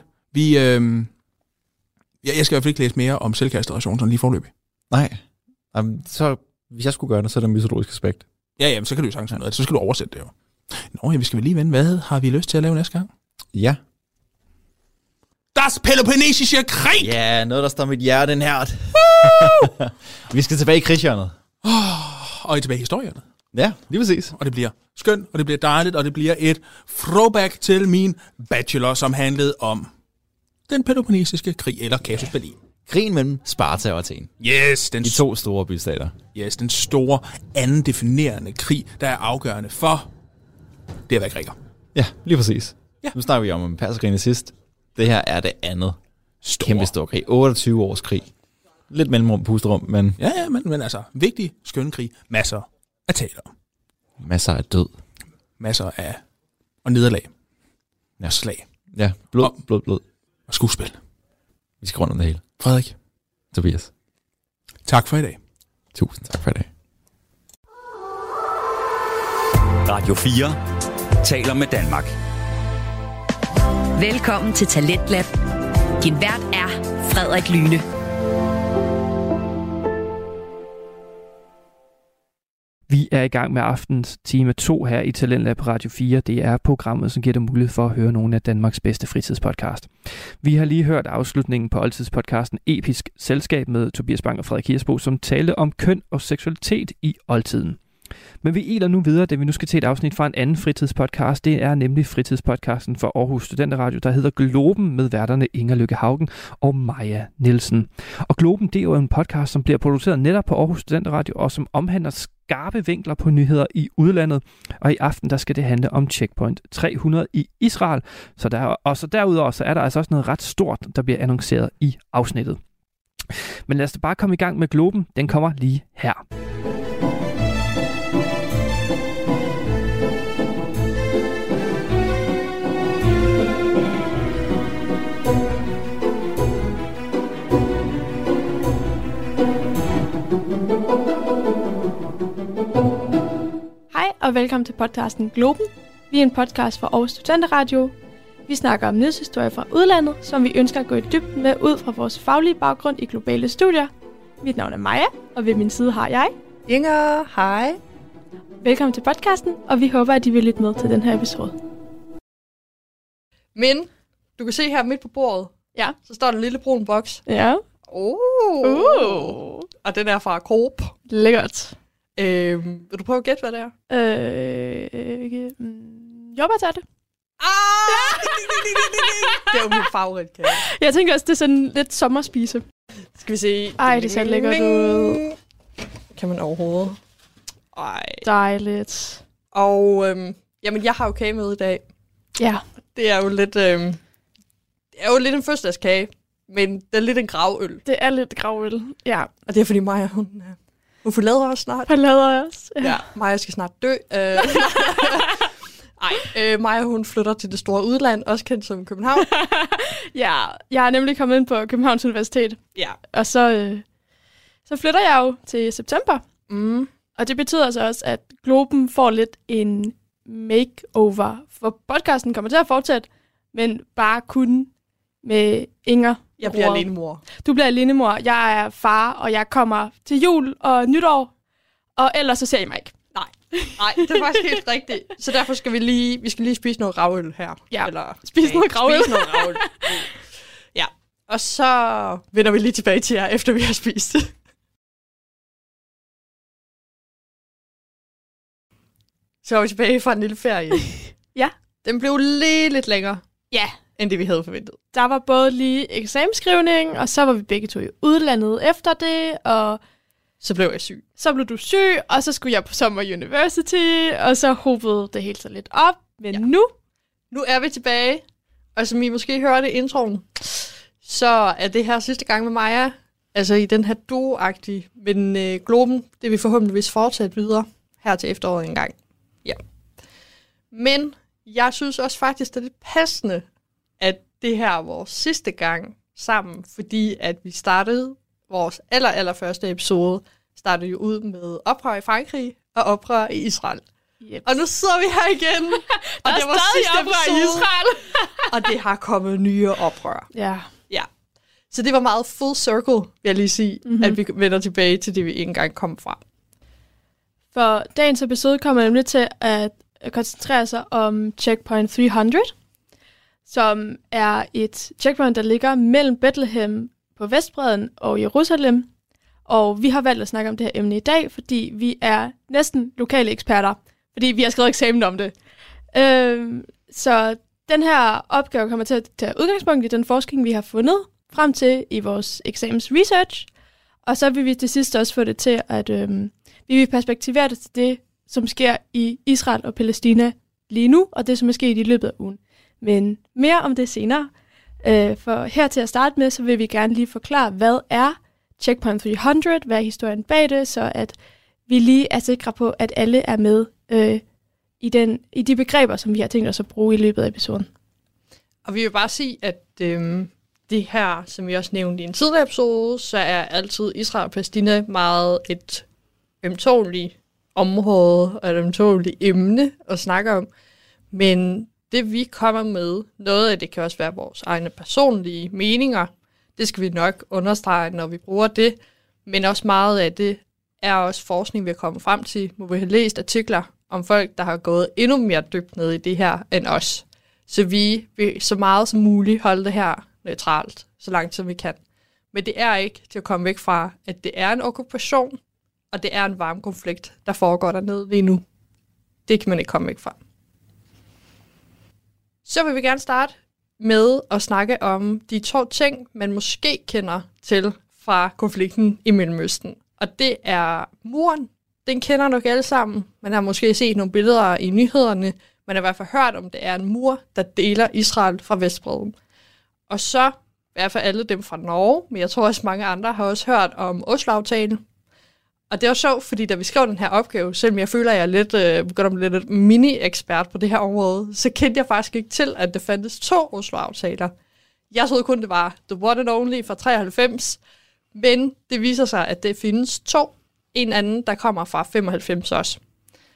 Speaker 4: Jeg skal i hvert fald ikke læse mere om selvkastration, sådan lige forløbig.
Speaker 5: Nej. Så hvis jeg skulle gøre det, så er det en mytologisk aspekt.
Speaker 4: Ja, men så kan du jo sagtens noget. Så skal du oversætte det jo. Nå ja, vi skal vel lige vende. Hvad har vi lyst til at lave næste gang?
Speaker 5: Ja.
Speaker 4: Das Peloponnesiske Krig!
Speaker 5: Ja, noget, der står mit hjerte nært. Vi skal tilbage i krigshjørnet.
Speaker 4: Og tilbage i historierne.
Speaker 5: Ja, lige præcis.
Speaker 4: Og det bliver skønt, og det bliver dejligt, og det bliver et throwback til min bachelor, som handlede om den Peloponnesiske Krig, eller Casus Belli.
Speaker 5: Krigen mellem Sparta og Athen.
Speaker 4: Yes,
Speaker 5: de to store bystater.
Speaker 4: Yes, den store anden definerende krig, der er afgørende for det at være græker.
Speaker 5: Ja, lige præcis.
Speaker 4: Ja.
Speaker 5: Nu snakker vi om perserkrigene sidst. Det her er det andet kæmpe store krig. 28 års krig. Lidt mellemrum, pusterum, men...
Speaker 4: Ja, men altså, vigtig, skøn krig. Masser af taler.
Speaker 5: Masser af død.
Speaker 4: Masser af... og nederlag.
Speaker 5: Ja.
Speaker 4: Slag.
Speaker 5: Ja, blod.
Speaker 4: Og skuespil.
Speaker 5: Vi skal rundt om det hele.
Speaker 4: Frederik.
Speaker 5: Tobias.
Speaker 4: Tak for i dag.
Speaker 5: Tusind tak for i dag.
Speaker 1: Radio 4 taler med Danmark.
Speaker 2: Velkommen til Talentlab. Din vært er Frederik Lyne.
Speaker 3: Vi er i gang med aftens time 2 her i Talentlab på Radio 4. Det er programmet, som giver dig mulighed for at høre nogle af Danmarks bedste fritidspodcast. Vi har lige hørt afslutningen på oldtidspodcasten Episk Selskab med Tobias Bang og Frederik Hirsbo, som talte om køn og seksualitet i oldtiden. Men vi iler nu videre, da vi nu skal til et afsnit fra en anden fritidspodcast. Det er nemlig fritidspodcasten for Aarhus Studenteradio, der hedder Globen med værterne Inger Lykke Haugen og Maja Nielsen. Og Globen, det er jo en podcast, som bliver produceret netop på Aarhus Studenteradio, og som omhandler skarpe vinkler på nyheder i udlandet. Og i aften, der skal det handle om Checkpoint 300 i Israel. Så derudover så er der altså også noget ret stort, der bliver annonceret i afsnittet. Men lad os da bare komme i gang med Globen. Den kommer lige her.
Speaker 6: og velkommen til podcasten Globen. Vi er en podcast fra Aarhus Studenteradio. Vi snakker om nyhedshistorier fra udlandet, som vi ønsker at gå i dybden med ud fra vores faglige baggrund i globale studier. Mit navn er Maja, og ved min side har jeg
Speaker 7: Inger. Hej.
Speaker 6: Velkommen til podcasten, og vi håber, at I vil lytte med til den her episode.
Speaker 7: Men du kan se her midt på bordet,
Speaker 6: Ja.
Speaker 7: Så står der en lille brun boks.
Speaker 6: Ja.
Speaker 7: Og den er fra Coop.
Speaker 6: Lækkert.
Speaker 7: Vil du prøve at gætte, hvad det er?
Speaker 6: Jordbærtærte.
Speaker 7: Det er jo min favoritkage.
Speaker 6: Jeg tænker også, det er sådan lidt sommerspise.
Speaker 7: Skal vi se.
Speaker 6: Ej, det ser lækkert ud.
Speaker 7: Kan man overhovedet? Ej.
Speaker 6: Dejligt.
Speaker 7: Og jamen, jeg har jo kage med i dag.
Speaker 6: Ja.
Speaker 7: Det er jo lidt, en fødselsdagskage, men det er lidt en gravøl.
Speaker 6: Det er lidt gravøl, ja.
Speaker 7: Og det er fordi Maja, hun forlader os snart.
Speaker 6: Forlader os.
Speaker 7: Ja, Maja skal snart dø. Maja, hun flytter til det store udland, også kendt som København.
Speaker 6: Ja, jeg er nemlig kommet ind på Københavns Universitet.
Speaker 7: Ja.
Speaker 6: Og så flytter jeg jo til september.
Speaker 7: Mm.
Speaker 6: Og det betyder så også, at Globen får lidt en makeover. For podcasten kommer til at fortsætte, men bare kun med Inger.
Speaker 7: Jeg bliver alenemor.
Speaker 6: Du bliver alenemor. Jeg er far, og jeg kommer til jul og nytår. Og ellers så ser I mig ikke.
Speaker 7: Nej, det er faktisk helt rigtigt. Så derfor skal vi lige spise noget ravøl her.
Speaker 6: Ja,
Speaker 7: eller
Speaker 6: spise noget gravøl.
Speaker 7: Ja, og så vender vi lige tilbage til jer, efter vi har spist det. Så er vi tilbage fra en lille ferie.
Speaker 6: Ja.
Speaker 7: Den blev lidt længere,
Speaker 6: Ja.
Speaker 7: end det vi havde forventet.
Speaker 6: Der var både lige eksamensskrivning, og så var vi begge to i udlandet efter det, og
Speaker 7: så blev jeg syg.
Speaker 6: Så blev du syg, og så skulle jeg på Summer University, og så hobede det hele så lidt op. Men
Speaker 7: nu er vi tilbage, og som I måske hørte i introen, så er det her sidste gang med Maja, altså i den her duo-agtige, men Globen, det vil forhåbentligvis fortsætte videre her til efteråret en gang. Ja. Men jeg synes også faktisk, det er lidt passende, at det her er vores sidste gang sammen, fordi at vi startede vores allerførste episode, startede jo ud med oprør i Frankrig og oprør i Israel.
Speaker 6: Yep.
Speaker 7: Og nu sidder vi her igen. Og
Speaker 6: der
Speaker 7: det var
Speaker 6: stadig oprør i Israel.
Speaker 7: Og det har kommet nye oprør.
Speaker 6: Ja.
Speaker 7: Så det var meget full circle, vil jeg lige sige, at vi vender tilbage til det, vi ikke engang kom fra.
Speaker 6: For dagens episode kommer nemlig til at koncentrere sig om Checkpoint 300, som er et checkpoint, der ligger mellem Bethlehem på Vestbredden og Jerusalem. Og vi har valgt at snakke om det her emne i dag, fordi vi er næsten lokale eksperter, fordi vi har skrevet eksamen om det. Så den her opgave kommer til at tage udgangspunkt i den forskning, vi har fundet frem til i vores eksamens research. Og så vil vi til sidst også få det til, at vi vil perspektivere det til det, som sker i Israel og Palæstina lige nu, og det, som er sket i løbet af ugen. Men mere om det senere. For her til at starte med, så vil vi gerne lige forklare, hvad er Checkpoint 300, hvad er historien bag det, så at vi lige er sikre på, at alle er med i de begreber, som vi har tænkt os at bruge i løbet af episoden.
Speaker 7: Og vi vil bare sige, at det her, som vi også nævnte i en tidligere episode, så er altid Israel og Palæstina meget et ømtåligt område og et ømtåligt emne at snakke om. Men det vi kommer med, noget af det kan også være vores egne personlige meninger. Det skal vi nok understrege, når vi bruger det. Men også meget af det er også forskning, vi er kommet frem til, hvor vi har læst artikler om folk, der har gået endnu mere dybt ned i det her end os. Så vi vil så meget som muligt holde det her neutralt, så langt som vi kan. Men det er ikke til at komme væk fra, at det er en okkupation, og det er en varm konflikt, der foregår dernede lige nu. Det kan man ikke komme væk fra. Så vil vi gerne starte med at snakke om de 2 ting, man måske kender til fra konflikten i Mellemøsten. Og det er muren. Den kender nok alle sammen. Man har måske set nogle billeder i nyhederne. Man har i hvert fald hørt om, det er en mur, der deler Israel fra Vestbredden. Og så, i hvert fald alle dem fra Norge, men jeg tror også mange andre har også hørt om Oslo-aftalen. Og det var sjovt, fordi da vi skrev den her opgave, selvom jeg føler, at jeg er lidt mini-ekspert på det her område, så kendte jeg faktisk ikke til, at det fandtes 2 Oslo-aftaler. Jeg troede kun, det var the one and only fra 93, men det viser sig, at det findes 2. En anden, der kommer fra 95 også.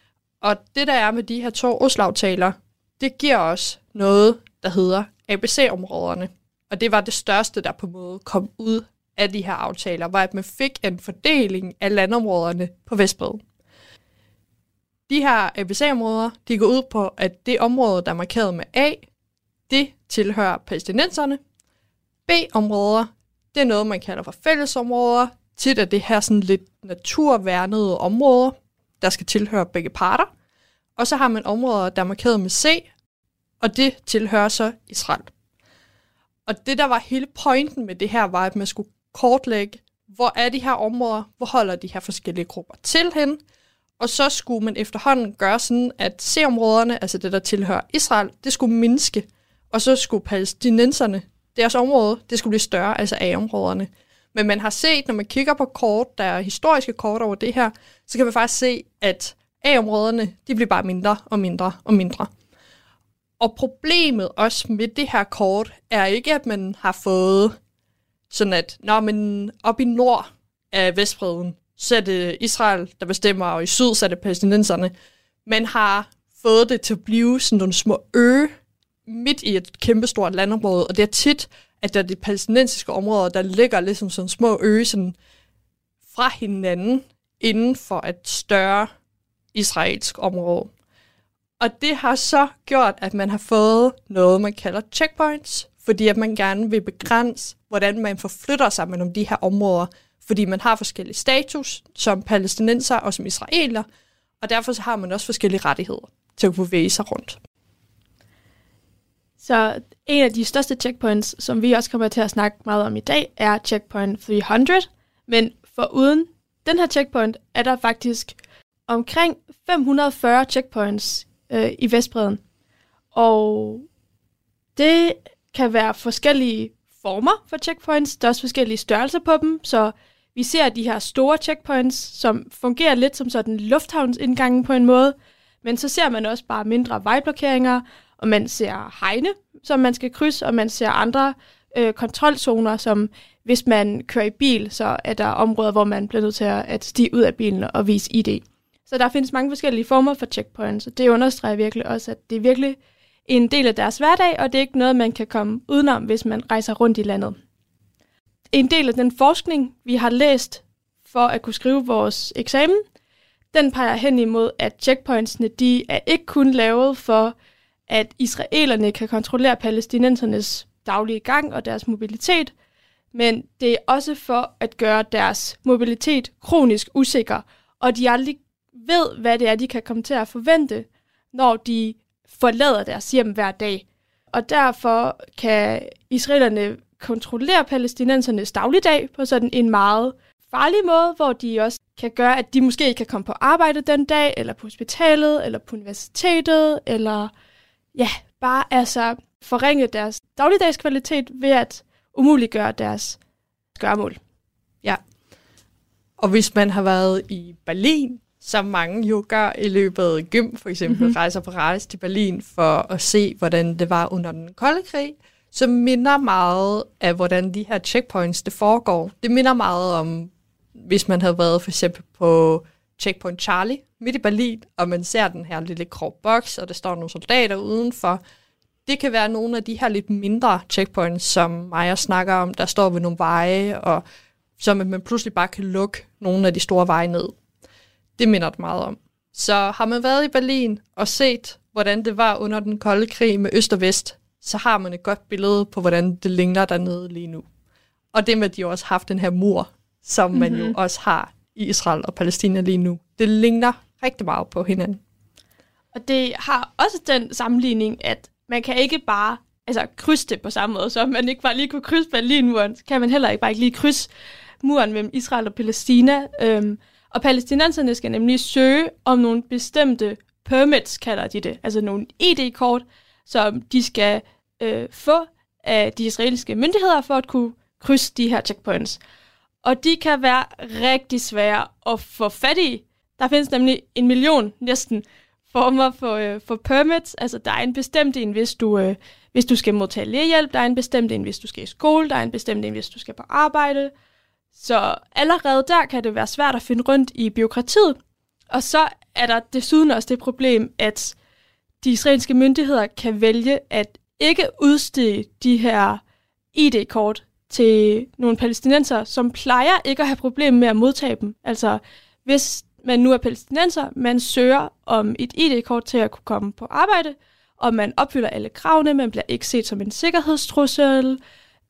Speaker 7: Og det, der er med de her 2 Oslo-aftaler, det giver os noget, der hedder ABC-områderne. Og det var det største, der på en måde kom ud af de her aftaler, var, at man fik en fordeling af landområderne på Vestbredden. De her ABC-områder, de går ud på, at det område, der er markeret med A, det tilhører palæstinenserne. B-områder, det er noget, man kalder for fællesområder. Tit er det her sådan lidt naturværnede områder, der skal tilhøre begge parter. Og så har man områder, der er markeret med C, og det tilhører så Israel. Og det, der var hele pointen med det her, var, at man skulle kortlægge, hvor er de her områder, hvor holder de her forskellige grupper til hen, og så skulle man efterhånden gøre sådan, at C-områderne, altså det, der tilhører Israel, det skulle mindske, og så skulle palæstinenserne, deres område, det skulle blive større, altså A-områderne. Men man har set, når man kigger på kort, der er historiske kort over det her, så kan man faktisk se, at A-områderne, de bliver bare mindre og mindre og mindre. Og problemet også med det her kort, er ikke, at man har fået sådan at, men op i nord af Vestbredden, så er det Israel, der bestemmer, og i syd, så er det palæstinenserne. Man har fået det til at blive sådan nogle små midt i et kæmpestort landområde, og det er tit, at der er de palæstinensiske områder, der ligger ligesom sådan små sådan fra hinanden inden for et større israelsk område. Og det har så gjort, at man har fået noget, man kalder checkpoints, fordi at man gerne vil begrænse, hvordan man forflytter sig mellem de her områder, fordi man har forskellige status som palæstinenser og som israeler, og derfor så har man også forskellige rettigheder til at bevæge sig rundt.
Speaker 6: Så en af de største checkpoints, som vi også kommer til at snakke meget om i dag, er checkpoint 300. Men foruden den her checkpoint, er der faktisk omkring 540 checkpoints i Vestbredden. Og det kan være forskellige former for checkpoints. Der er også forskellige størrelser på dem, så vi ser de her store checkpoints, som fungerer lidt som sådan lufthavnsindgangen på en måde, men så ser man også bare mindre vejblokeringer, og man ser hegne, som man skal krydse, og man ser andre kontrolzoner, som hvis man kører i bil, så er der områder, hvor man bliver nødt til at stige ud af bilen og vise ID. Så der findes mange forskellige former for checkpoints, og det understreger virkelig også, at det er virkelig en del af deres hverdag, og det er ikke noget, man kan komme udenom, hvis man rejser rundt i landet. En del af den forskning, vi har læst for at kunne skrive vores eksamen, den peger hen imod, at checkpointsene, de er ikke kun lavet for, at israelerne kan kontrollere palæstinensernes daglige gang og deres mobilitet, men det er også for at gøre deres mobilitet kronisk usikker, og de aldrig ved, hvad det er, de kan komme til at forvente, når de forlader deres hjem hver dag. Og derfor kan israelerne kontrollere palæstinensernes dagligdag på sådan en meget farlig måde, hvor de også kan gøre, at de måske ikke kan komme på arbejde den dag, eller på hospitalet, eller på universitetet, eller bare altså forringe deres dagligdagskvalitet ved at umuliggøre deres gøremål.
Speaker 7: Ja, og hvis man har været i Berlin, som mange jo gør i løbet af gym, for eksempel rejser på rejse til Berlin for at se, hvordan det var under den kolde krig, så minder meget af, hvordan de her checkpoints, det foregår. Det minder meget om, hvis man havde været for eksempel på Checkpoint Charlie midt i Berlin, og man ser den her lille grå boks, og der står nogle soldater udenfor. Det kan være nogle af de her lidt mindre checkpoints, som Maja snakker om, der står ved nogle veje, og som man pludselig bare kan lukke nogle af de store veje ned. Det minder det meget om. Så har man været i Berlin og set, hvordan det var under den kolde krig med øst og vest, så har man et godt billede på, hvordan det ligner dernede lige nu. Og det med, at de også har haft den her mur, som man jo også har i Israel og Palæstina lige nu. Det ligner rigtig meget på hinanden.
Speaker 6: Og det har også den sammenligning, at man kan ikke bare krydse det på samme måde, så man ikke bare lige kunne krydse Berlinmuren, så kan man heller ikke bare lige krydse muren mellem Israel og Palæstina. Og palæstinenserne skal nemlig søge om nogle bestemte permits, kalder de det, altså nogle ID-kort, som de skal få af de israelske myndigheder for at kunne krydse de her checkpoints. Og de kan være rigtig svære at få fat i. Der findes nemlig 1 million næsten former for permits. Altså der er en bestemt en, hvis du skal modtage lægehjælp, der er en bestemt en, hvis du skal i skole, der er en bestemt en, hvis du skal på arbejde. Så allerede der kan det være svært at finde rundt i bureaukratiet. Og så er der desuden også det problem, at de israelske myndigheder kan vælge at ikke udstede de her ID-kort til nogle palæstinenser, som plejer ikke at have problemer med at modtage dem. Altså, hvis man nu er palæstinenser, man søger om et ID-kort til at kunne komme på arbejde, og man opfylder alle kravene, man bliver ikke set som en sikkerhedstrussel,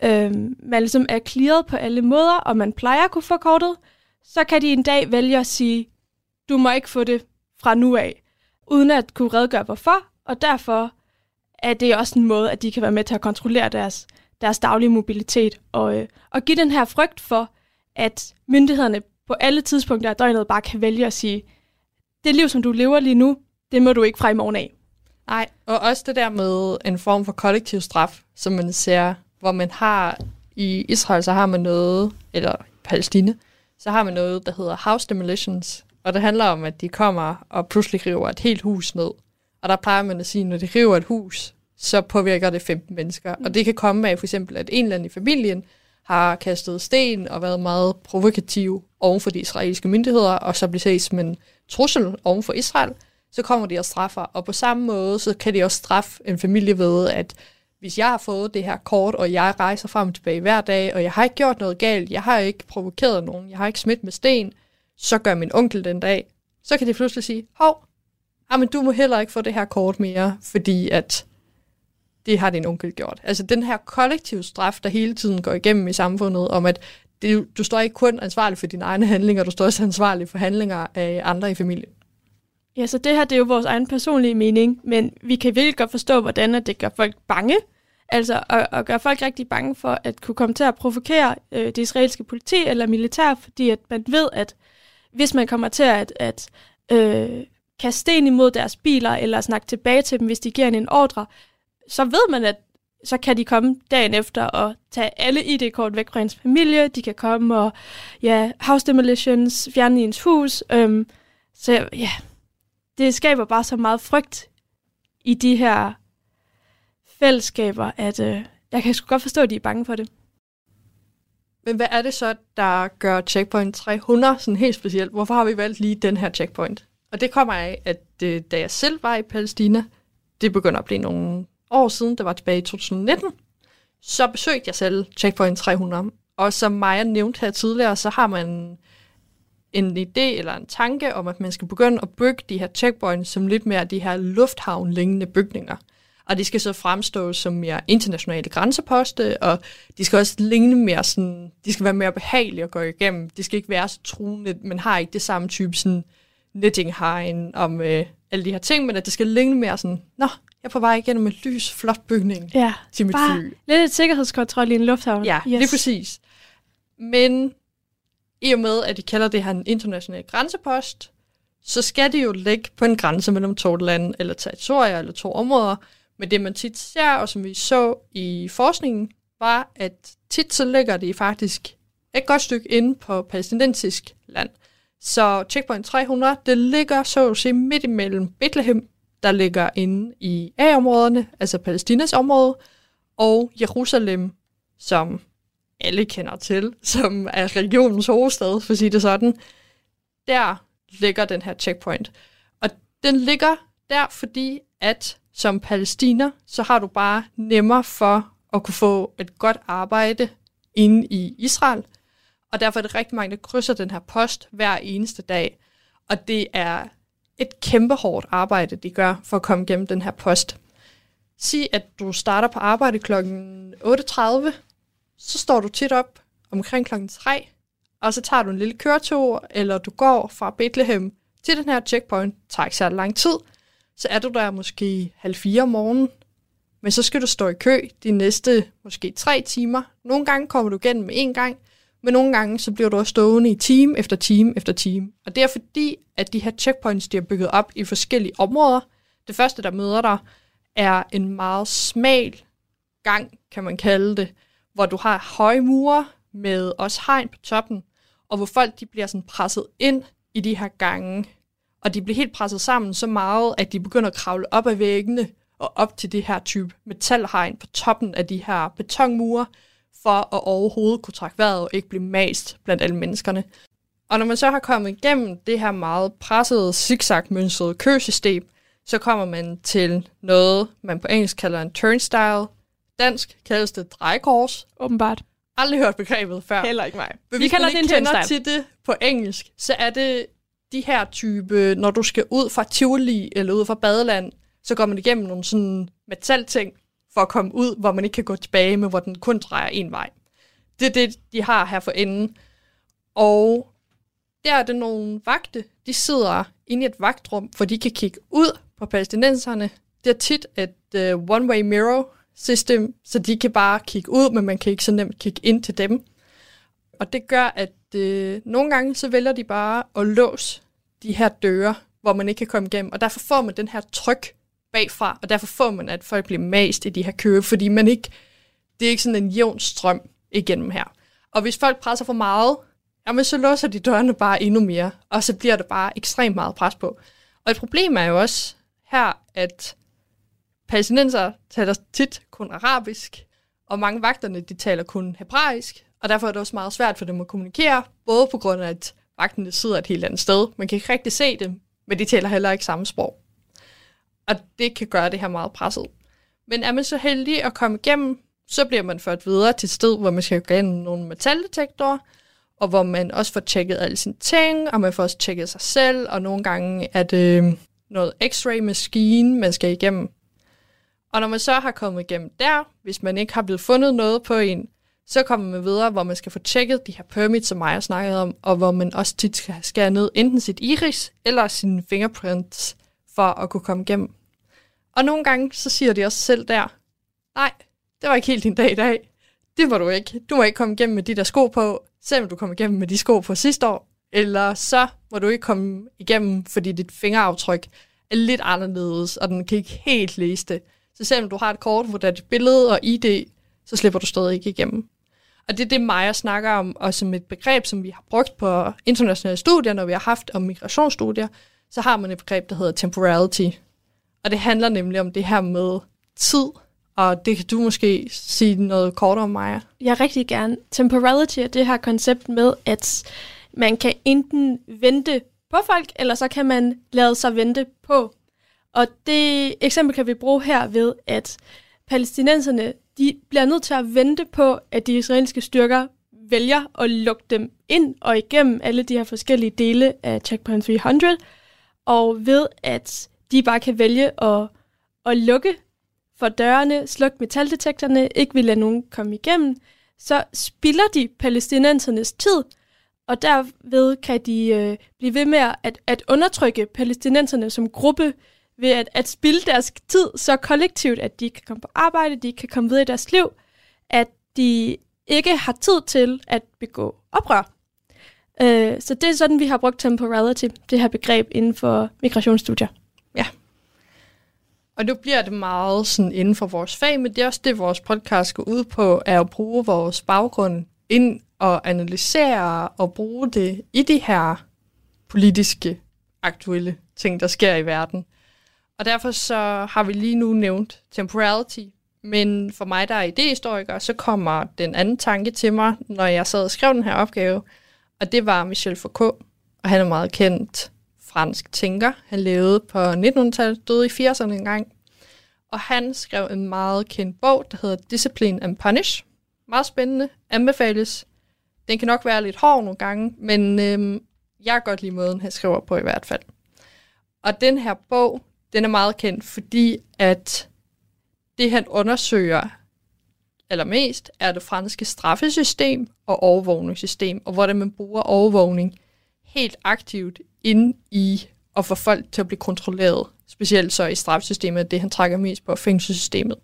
Speaker 6: man ligesom er clearet på alle måder, og man plejer at kunne få kortet, så kan de en dag vælge at sige, du må ikke få det fra nu af, uden at kunne redegøre hvorfor, og derfor er det også en måde, at de kan være med til at kontrollere deres daglige mobilitet, og give den her frygt for, at myndighederne på alle tidspunkter af døgnet bare kan vælge at sige, det liv, som du lever lige nu, det må du ikke fra i morgen af.
Speaker 7: Nej, og også det der med en form for kollektiv straf, som man ser, hvor man har i Israel, så har man noget, eller Palæstina, så har man noget, der hedder house demolitions, og det handler om, at de kommer og pludselig river et helt hus ned. Og der plejer man at sige, at når de river et hus, så påvirker det 15 mennesker. Og det kan komme af for eksempel, at en eller anden i familien har kastet sten og været meget provokativ oven for de israelske myndigheder, og så bliver set som en trussel oven for Israel, så kommer de og straffer. Og på samme måde, så kan de også straffe en familie ved, at hvis jeg har fået det her kort, og jeg rejser frem og tilbage hver dag, og jeg har ikke gjort noget galt, jeg har ikke provokeret nogen, jeg har ikke smidt med sten, så gør min onkel den dag. Så kan de pludselig sige, hov, men du må heller ikke få det her kort mere, fordi at det har din onkel gjort. Altså den her kollektive straf, der hele tiden går igennem i samfundet, om at du står ikke kun ansvarlig for dine egne handlinger, du står også ansvarlig for handlinger af andre i familien.
Speaker 6: Ja, så det her det er jo vores egen personlige mening, men vi kan virkelig godt forstå, hvordan det gør folk bange. Altså at gøre folk rigtig bange for at kunne komme til at provokere det israelske politi eller militær, fordi at man ved, at hvis man kommer til at kaste sten imod deres biler eller snakke tilbage til dem, hvis de giver en ordre, så ved man, at så kan de komme dagen efter og tage alle ID-kort væk fra ens familie. De kan komme og house demolitions, fjerne ens hus. Så ja, det skaber bare så meget frygt i de her fællesskaber, at jeg kan sgu godt forstå, at de er bange for det.
Speaker 7: Men hvad er det så, der gør Checkpoint 300 sådan helt specielt? Hvorfor har vi valgt lige den her checkpoint? Og det kommer af, at da jeg selv var i Palæstina, det begynder at blive nogle år siden, det var tilbage i 2019, så besøgte jeg selv Checkpoint 300. Og som Maja nævnte her tidligere, så har man en idé eller en tanke om, at man skal begynde at bygge de her checkpoints som lidt mere de her lufthavn-lignende bygninger. Og de skal så fremstå som mere internationale grænseposte, og de skal også ligne mere sådan, de skal være mere behagelige at gå igennem. Det skal ikke være så truende, man har ikke det samme type sådan nettinghegn om alle de her ting, men at det skal ligne mere sådan, jeg er på vej igennem en lys, flot bygning til mit fly.
Speaker 6: Lidt et sikkerhedskontrol i en lufthavn.
Speaker 7: Ja, yes. Lige præcis. Men i og med, at de kalder det her en international grænsepost, så skal det jo ligge på en grænse mellem to lande, eller territorier, eller to områder. Men det, man tit ser, og som vi så i forskningen, var, at tit så ligger det faktisk et godt stykke inde på palæstinensisk land. Så Checkpoint 300, det ligger så at sige midt imellem Bethlehem, der ligger inde i A-områderne, altså Palæstinas område, og Jerusalem, som alle kender til, som er regionens hovedstad, for at sige det sådan. Der ligger den her checkpoint. Og den ligger der, fordi at som palæstiner, så har du bare nemmere for at kunne få et godt arbejde inde i Israel. Og derfor er det rigtig mange, der krydser den her post hver eneste dag. Og det er et kæmpe hårdt arbejde, de gør for at komme igennem den her post. Sig, at du starter på arbejde kl. 8.30, så står du tit op omkring kl. 3, og så tager du en lille køretur, eller du går fra Bethlehem til den her checkpoint. Det tager ikke så lang tid. Så er du der måske 3:30 om morgenen, men så skal du stå i kø de næste måske 3 timer. Nogle gange kommer du igennem med en gang, men nogle gange så bliver du også stående i time efter time efter time. Og det er fordi, at de her checkpoints, de er bygget op i forskellige områder. Det første, der møder dig, er en meget smal gang, kan man kalde det, hvor du har høje mure med også hegn på toppen, og hvor folk de bliver sådan presset ind i de her gange, og de bliver helt presset sammen så meget, at de begynder at kravle op ad væggene og op til det her type metalhegn på toppen af de her betonmure, for at overhovedet kunne trække vejret og ikke blive mast blandt alle menneskerne. Og når man så har kommet igennem det her meget pressede, zigzag-mønstrede køsystem, så kommer man til noget, man på engelsk kalder en turnstile. Dansk kaldes det drejekors.
Speaker 6: Åbenbart.
Speaker 7: Aldrig hørt begrebet før.
Speaker 6: Heller ikke mig.
Speaker 7: Men hvis man ikke kender til det på engelsk, så er det de her type, når du skal ud fra Tivoli eller ud fra Badeland, så går man igennem nogle sådan metalting for at komme ud, hvor man ikke kan gå tilbage med, hvor den kun drejer en vej. Det er det, de har her for enden. Og der er det nogle vagte, de sidder inde i et vagtrum, hvor de kan kigge ud på palæstinenserne. Det er tit et one-way mirror system, så de kan bare kigge ud, men man kan ikke så nemt kigge ind til dem. Og det gør, at nogle gange så vælger de bare at låse de her døre, hvor man ikke kan komme igennem. Og derfor får man den her tryk bagfra, og derfor får man, at folk bliver mast i de her køer, fordi det er ikke sådan en jævn strøm igennem her. Og hvis folk presser for meget, jamen så låser de dørene bare endnu mere, og så bliver der bare ekstremt meget pres på. Og et problem er jo også her, at palæstinenser taler tit kun arabisk, og mange vagterne, de taler kun hebraisk, og derfor er det også meget svært for dem at kommunikere, både på grund af, at vagterne sidder et helt andet sted. Man kan ikke rigtig se dem, men de taler heller ikke samme sprog. Og det kan gøre det her meget presset. Men er man så heldig at komme igennem, så bliver man ført videre til et sted, hvor man skal gå igennem nogle metaldetektorer, og hvor man også får tjekket alle sine ting, og man får også tjekket sig selv, og nogle gange er det noget x-ray-maskine, man skal igennem. Og når man så har kommet igennem der, hvis man ikke har blevet fundet noget på en, så kommer man videre, hvor man skal få tjekket de her permits, som Maja snakkede om, og hvor man også tit skal skære ned enten sit iris eller sine fingerprints for at kunne komme igennem. Og nogle gange, så siger de også selv der, nej, det var ikke helt din dag i dag. Det var du ikke. Du må ikke komme igennem med de der sko på, selvom du kom igennem med de sko på sidste år. Eller så må du ikke komme igennem, fordi dit fingeraftryk er lidt anderledes, og den kan ikke helt læse det. Så selvom du har et kort, hvor der er dit billede og ID, så slipper du stadig ikke igennem. Og det er det, Maja snakker om, og som et begreb, som vi har brugt på internationale studier, når vi har haft om migrationsstudier, så har man et begreb, der hedder temporality. Og det handler nemlig om det her med tid, og det kan du måske sige noget kortere om, Maja.
Speaker 6: Jeg rigtig gerne. Temporality er det her koncept med, at man kan enten vente på folk, eller så kan man lade sig vente på. Og det eksempel kan vi bruge her ved, at palæstinenserne, de bliver nødt til at vente på, at de israelske styrker vælger at lukke dem ind og igennem alle de her forskellige dele af Checkpoint 300, og ved at de bare kan vælge at lukke for dørene, slukke metaldetektorerne, ikke vil lade nogen komme igennem, så spilder de palæstinensernes tid, og derved kan de blive ved med at undertrykke palæstinenserne som gruppe, ved at spilde deres tid så kollektivt, at de kan komme på arbejde, de kan komme videre i deres liv, at de ikke har tid til at begå oprør. Så det er sådan, vi har brugt temporality, det her begreb inden for migrationsstudier.
Speaker 7: Ja. Og nu bliver det meget sådan inden for vores fag, men det er også det, vores podcast går ud på, er at bruge vores baggrund ind og analysere og bruge det i de her politiske, aktuelle ting, der sker i verden. Og derfor så har vi lige nu nævnt temporality, men for mig, der er idehistoriker, så kommer den anden tanke til mig, når jeg sad og skrev den her opgave, og det var Michel Foucault, og han er meget kendt fransk tænker. Han levede på 1900-tallet, døde i 80'erne engang, og han skrev en meget kendt bog, der hedder Discipline and Punish. Meget spændende, anbefales. Den kan nok være lidt hård nogle gange, men jeg kan godt lide måden, han skriver på i hvert fald. Og den her bog, den er meget kendt, fordi at det, han undersøger allermest, er det franske straffesystem og overvågningssystem, og hvordan man bruger overvågning helt aktivt inde i at få folk til at blive kontrolleret, specielt så i straffesystemet, det han trækker mest på, fængselssystemet.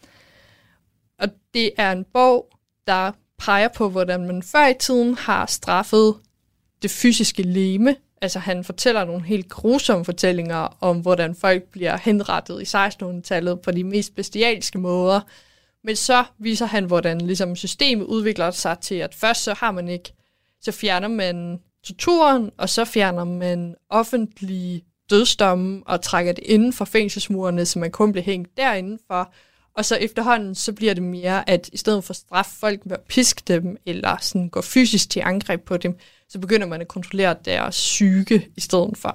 Speaker 7: Og det er en bog, der peger på, hvordan man før i tiden har straffet det fysiske legeme. Altså han fortæller nogle helt grusomme fortællinger om, hvordan folk bliver henrettet i 1600-tallet på de mest bestialske måder. Men så viser han, hvordan ligesom, systemet udvikler sig til, at først så fjerner man torturen, og så fjerner man offentlige dødsdomme og trækker det inden for fængselsmurene, så man kun bliver hængt derindenfor. Og så efterhånden, så bliver det mere, at i stedet for straf folk med at piske dem, eller sådan gå fysisk til angreb på dem, så begynder man at kontrollere deres psyke i stedet for.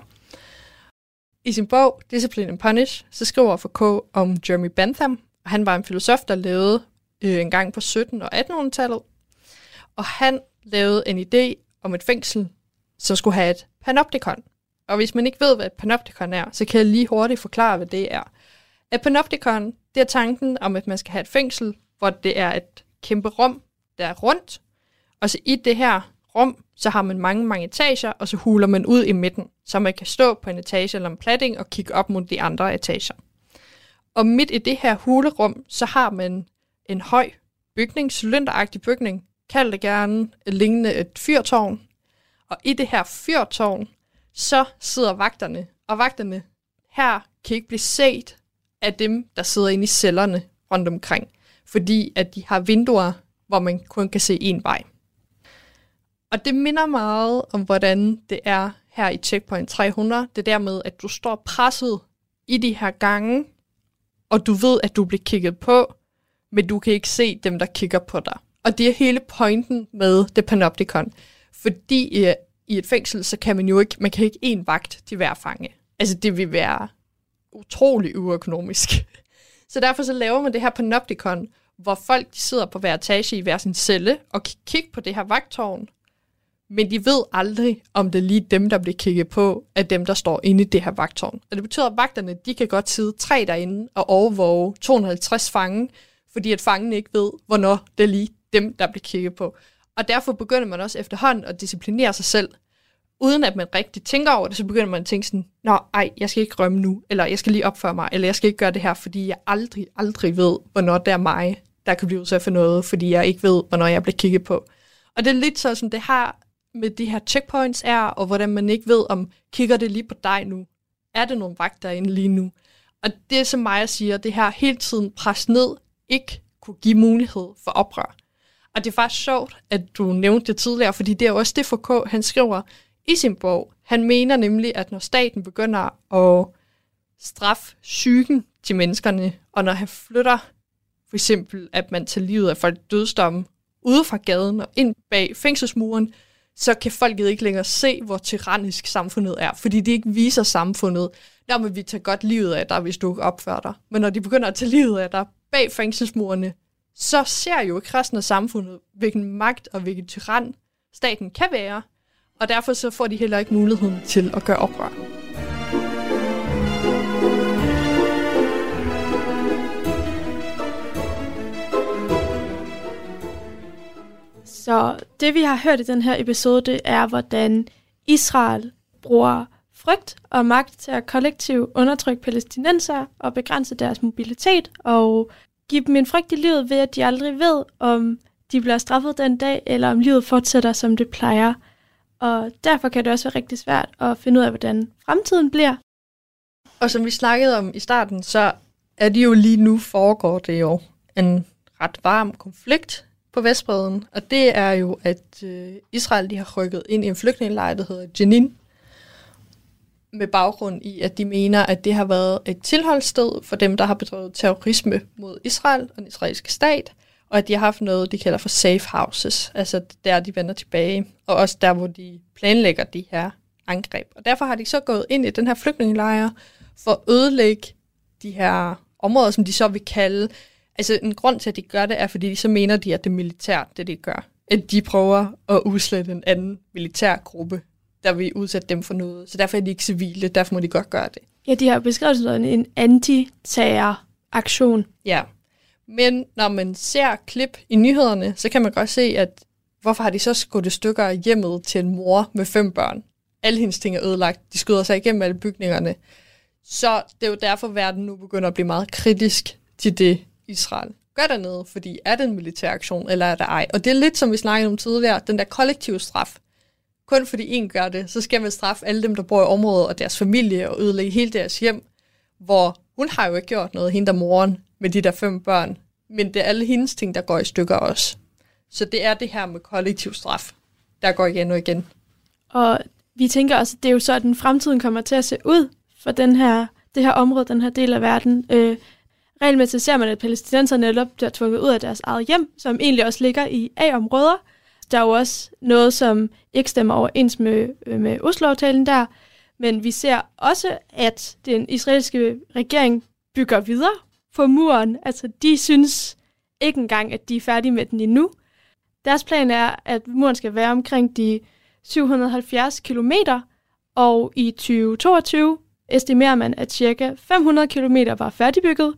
Speaker 7: I sin bog, Discipline and Punish, så skriver Foucault om Jeremy Bentham, og han var en filosof, der levede en gang på 1700- og 1800-tallet, og han lavede en idé om et fængsel, som skulle have et panoptikon. Og hvis man ikke ved, hvad et panoptikon er, så kan jeg lige hurtigt forklare, hvad det er. Et panoptikon, det er tanken om, at man skal have et fængsel, hvor det er et kæmpe rum, der er rundt, og så i det her rum, så har man mange etager, og så huler man ud i midten, så man kan stå på en etage eller en platting og kigge op mod de andre etager. Og midt i det her hulerum, så har man en høj bygning, cylinderagtig bygning, kald det gerne lignende et fyrtårn. Og i det her fyrtårn, så sidder vagterne, og vagterne her kan ikke blive set af dem, der sidder inde i cellerne rundt omkring, fordi at de har vinduer, hvor man kun kan se én vej. Og det minder meget om, hvordan det er her i Checkpoint 300. Det der med, at du står presset i de her gange, og du ved, at du bliver kigget på, men du kan ikke se dem, der kigger på dig. Og det er hele pointen med det panoptikon. Fordi i et fængsel, så kan man kan ikke én vagt til hver fange. Altså det vil være utrolig uøkonomisk. Så derfor så laver man det her panoptikon, hvor folk de sidder på hver etage i hver sin celle og kan kigge på det her vagttårn, men de ved aldrig, om det er lige dem, der bliver kigget på, af dem, der står inde i det her vagttårn. Og det betyder, at vagterne de kan godt sidde 3 derinde og overvåge 250 fange, fordi at fangene ikke ved, hvornår det er lige dem, der bliver kigget på. Og derfor begynder man også efterhånden at disciplinere sig selv, uden at man rigtig tænker over det, så begynder man at tænke sådan, jeg skal ikke rømme nu, eller jeg skal lige opføre mig, eller jeg skal ikke gøre det her, fordi jeg aldrig ved, hvornår det er mig, der kan blive udsat for noget, fordi jeg ikke ved, hvornår jeg bliver kigget på. Og det er lidt så, som det har med de her checkpoints er, og hvordan man ikke ved, om kigger det lige på dig nu? Er det nogle vagter inde lige nu? Og det, som Maja siger, det her hele tiden pres ned, ikke kunne give mulighed for oprør. Og det er faktisk sjovt, at du nævnte det tidligere, fordi det er også det Foucault, han skriver i sin bog. Han mener nemlig, at når staten begynder at straffe psyken til menneskerne, og når han flytter, for eksempel, at man tager livet af folk dødsdomme ude fra gaden og ind bag fængselsmuren, så kan folket ikke længere se, hvor tyrannisk samfundet er, fordi de ikke viser samfundet, der må vi tage godt livet af dig, hvis du ikke opfører dig. Men når de begynder at tage livet af dig bag fængselsmurene, så ser jo ikke resten af samfundet, hvilken magt og hvilken tyran staten kan være, og derfor så får de heller ikke muligheden til at gøre oprør.
Speaker 6: Så det, vi har hørt i den her episode, det er, hvordan Israel bruger frygt og magt til at kollektivt undertrykke palæstinenser og begrænse deres mobilitet og give dem en frygt i livet ved, at de aldrig ved, om de bliver straffet den dag, eller om livet fortsætter, som det plejer. Og derfor kan det også være rigtig svært at finde ud af, hvordan fremtiden bliver.
Speaker 7: Og som vi snakkede om i starten, så er det jo lige nu foregår det jo en ret varm konflikt på Vestbredden. Og det er jo, at Israel de har rykket ind i en flygtningelejr, der hedder Jenin, med baggrund i, at de mener, at det har været et tilholdssted for dem, der har bedrevet terrorisme mod Israel og den israelske stat, og at de har haft noget, de kalder for safe houses, altså der de vender tilbage, og også der, hvor de planlægger de her angreb. Og derfor har de så gået ind i den her flygtningelejr for at ødelægge de her områder, som de så vil kalde. Altså en grund til, at de gør det, er, fordi de så mener de, at det er militært, det de gør. At de prøver at udslette en anden militærgruppe, der vil udsætte dem for noget. Så derfor er de ikke civile, derfor må de godt gøre det.
Speaker 6: Ja, de har beskrevet sådan en anti-terror-aktion.
Speaker 7: Ja, men når man ser klip i nyhederne, så kan man godt se, at hvorfor har de så skudt stykker af hjemmet til en mor med 5 børn? Alle hendes ting er ødelagt. De skyder sig igennem alle bygningerne. Så det er jo derfor, verden nu begynder at blive meget kritisk til det, Israel gør dernede. Fordi er det en militær aktion, eller er det ej? Og det er lidt, som vi snakkede om tidligere, den der kollektive straf. Kun fordi en gør det, så skal man straffe alle dem, der bor i området og deres familie og ødelægge hele deres hjem. Hvor hun har jo ikke gjort noget, hende der moren med de der 5 børn. Men det er alle hendes ting, der går i stykker også. Så det er det her med kollektiv straf, der går igen og igen.
Speaker 6: Og vi tænker også, at det er jo så, at den fremtiden kommer til at se ud for det her område, den her del af verden. Regelmæssigt ser man, at palæstinenserne netop bliver tvunget ud af deres eget hjem, som egentlig også ligger i A-områder. der er jo også noget, som ikke stemmer overens med Oslo-aftalen der, men vi ser også, at den israelske regering bygger videre på muren. Altså, de synes ikke engang, at de er færdige med den endnu. Deres plan er, at muren skal være omkring de 770 kilometer, og i 2022 estimerer man, at ca. 500 kilometer var færdigbygget.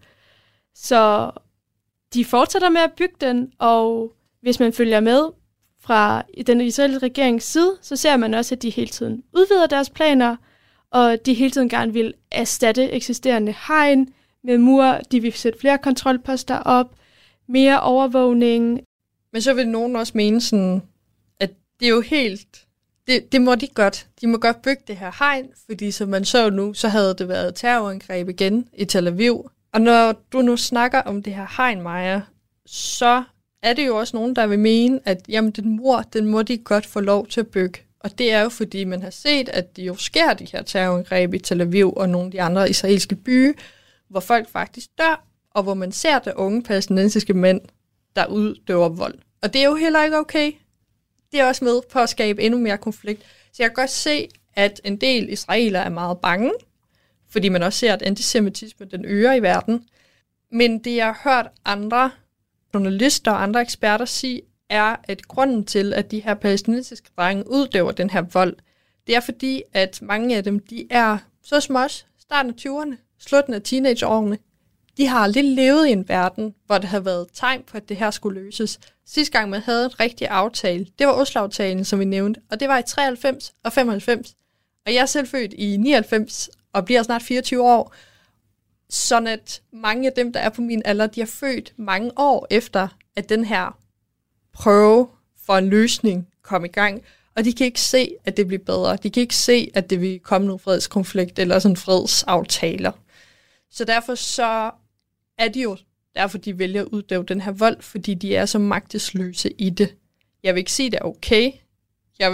Speaker 6: Så de fortsætter med at bygge den, og hvis man følger med fra den israelske regerings side, så ser man også, at de hele tiden udvider deres planer, og de hele tiden gerne vil erstatte eksisterende hegn med mur. De vil sætte flere kontrolposter op, mere overvågning.
Speaker 7: Men så vil nogen også mene sådan, at det er jo helt... Det må de godt. De må godt bygge det her hegn, fordi som man så nu, så havde det været terrorangreb igen i Tel Aviv. Og når du nu snakker om det her hegn, Maja, så er det jo også nogen, der vil mene, at jamen, den må de godt få lov til at bygge. Og det er jo fordi, man har set, at det jo sker de her terrorangreb i Tel Aviv og nogle af de andre israelske byer, hvor folk faktisk dør, og hvor man ser de unge palæstinensiske mænd, der udøver vold. Og det er jo heller ikke okay. Det er også med på at skabe endnu mere konflikt. Så jeg kan godt se, at en del israelere er meget bange, fordi man også ser, at antisemitisme den øger i verden. Men det, jeg har hørt andre journalister og andre eksperter sige, er, at grunden til, at de her palæstinensiske drenge udøver den her vold, det er fordi, at mange af dem, de er så smås, starten af 20'erne, slutten af teenageårene. De har aldrig levet i en verden, hvor der har været tegn på, at det her skulle løses. Sidste gang, man havde en rigtig aftale, det var Oslo-aftalen, som vi nævnte, og det var i 93 og 95. Og jeg er selv født i 99 og bliver snart 24 år. Sådan at mange af dem, der er på min alder, de er født mange år efter, at den her prøve for en løsning kom i gang. Og de kan ikke se, at det bliver bedre. De kan ikke se, at det vil komme nogle fredskonflikt eller sådan fredsaftaler. Så derfor så er de jo, derfor de vælger at uddøve den her vold, fordi de er så magtesløse i det. Jeg vil ikke sige, det er okay. Jeg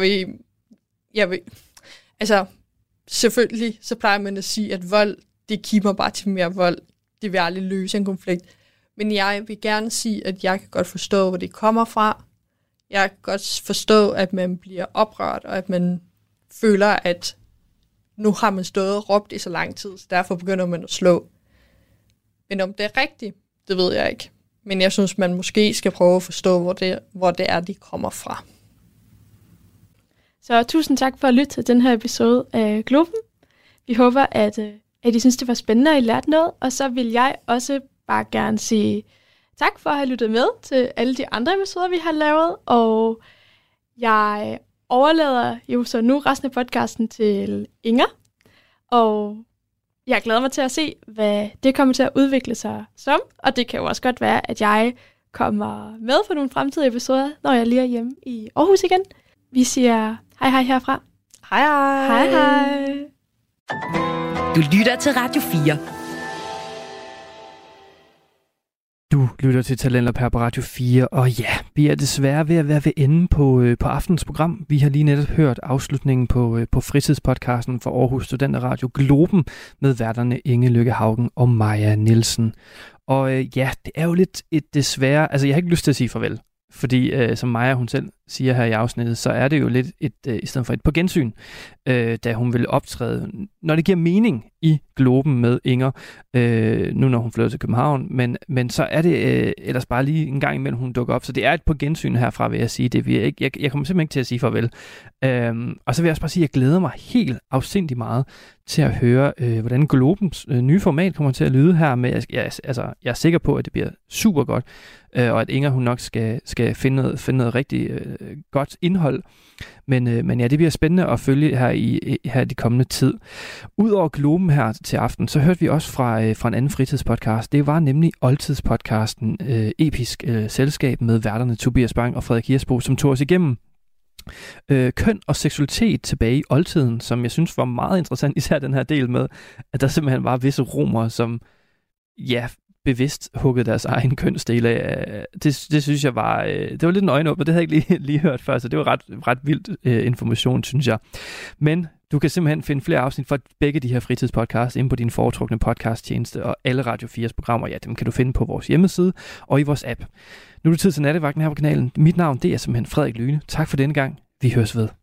Speaker 7: vil, altså selvfølgelig, så plejer man at sige, at vold, det kipper bare til mere vold. Det vil aldrig løse en konflikt. Men jeg vil gerne sige, at jeg kan godt forstå, hvor det kommer fra. Jeg kan godt forstå, at man bliver oprørt, og at man føler, at nu har man stået og råbt i så lang tid, så derfor begynder man at slå. Men om det er rigtigt, det ved jeg ikke. Men jeg synes, man måske skal prøve at forstå, hvor det er, de kommer fra.
Speaker 6: Så tusind tak for at lytte til den her episode af Globen. Vi håber, at I synes, det var spændende, og I lærte noget. Og så vil jeg også bare gerne sige tak for at have lyttet med til alle de andre episoder, vi har lavet. Og jeg overlader jo så nu resten af podcasten til Inger. Og jeg glæder mig til at se, hvad det kommer til at udvikle sig som. Og det kan jo også godt være, at jeg kommer med for nogle fremtidige episoder, når jeg lige er hjemme i Aarhus igen. Vi siger hej hej herfra.
Speaker 7: Hej hej.
Speaker 6: Hej hej.
Speaker 2: Du lytter til Radio 4.
Speaker 3: Du lytter til Talentlab her på Radio 4, og ja, vi er desværre ved at være ved enden på aftens program. Vi har lige netop hørt afslutningen på fritidspodcasten for Aarhus Studenterradio Globen med værterne Inge Lykke Haugen og Maja Nielsen. Og ja, det er jo lidt et desværre, altså jeg har ikke lyst til at sige farvel, fordi som Maja hun selv siger her i afsnittet, så er det jo lidt i stedet for et på gensyn, da hun vil optræde, når det giver mening i Globen med Inger, nu når hun flytter til København, men så er det ellers bare lige en gang imellem, hun dukker op, så det er et på gensyn herfra, vil jeg sige. Det vil jeg kommer simpelthen ikke til at sige farvel. Og så vil jeg også bare sige, at jeg glæder mig helt afsindig meget til at høre, hvordan Globens nye format kommer til at lyde her med. Jeg er sikker på, at det bliver super godt, og at Inger hun nok skal finde noget rigtig godt indhold. Men ja, det bliver spændende at følge her i de kommende tid. Udover Globen her til aften, så hørte vi også fra en anden fritidspodcast. Det var nemlig oldtidspodcasten Episk Selskab med værterne Tobias Bang og Frederik Hirsbo, som tog os igennem køn og seksualitet tilbage i oldtiden, som jeg synes var meget interessant, især den her del med, at der simpelthen var visse romere, som bevidst huggede deres egen kønsdele af. Det synes jeg var, det var lidt en øjenåbner, det havde jeg ikke lige hørt før, så det var ret vildt information, synes jeg. Men Du kan simpelthen finde flere afsnit fra begge de her fritidspodcasts inde på din foretrukne podcasttjeneste, og alle Radio 4's programmer, ja, dem kan du finde på vores hjemmeside og i vores app. Nu er det tid til Nattevagten her på kanalen. Mit navn, det er simpelthen Frederik Lyne. Tak for denne gang. Vi høres ved.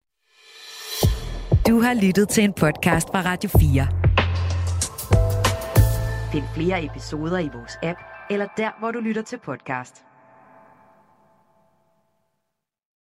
Speaker 2: Du har lyttet til en podcast fra Radio 4. Find flere episoder i vores app, eller der, hvor du lytter til podcast.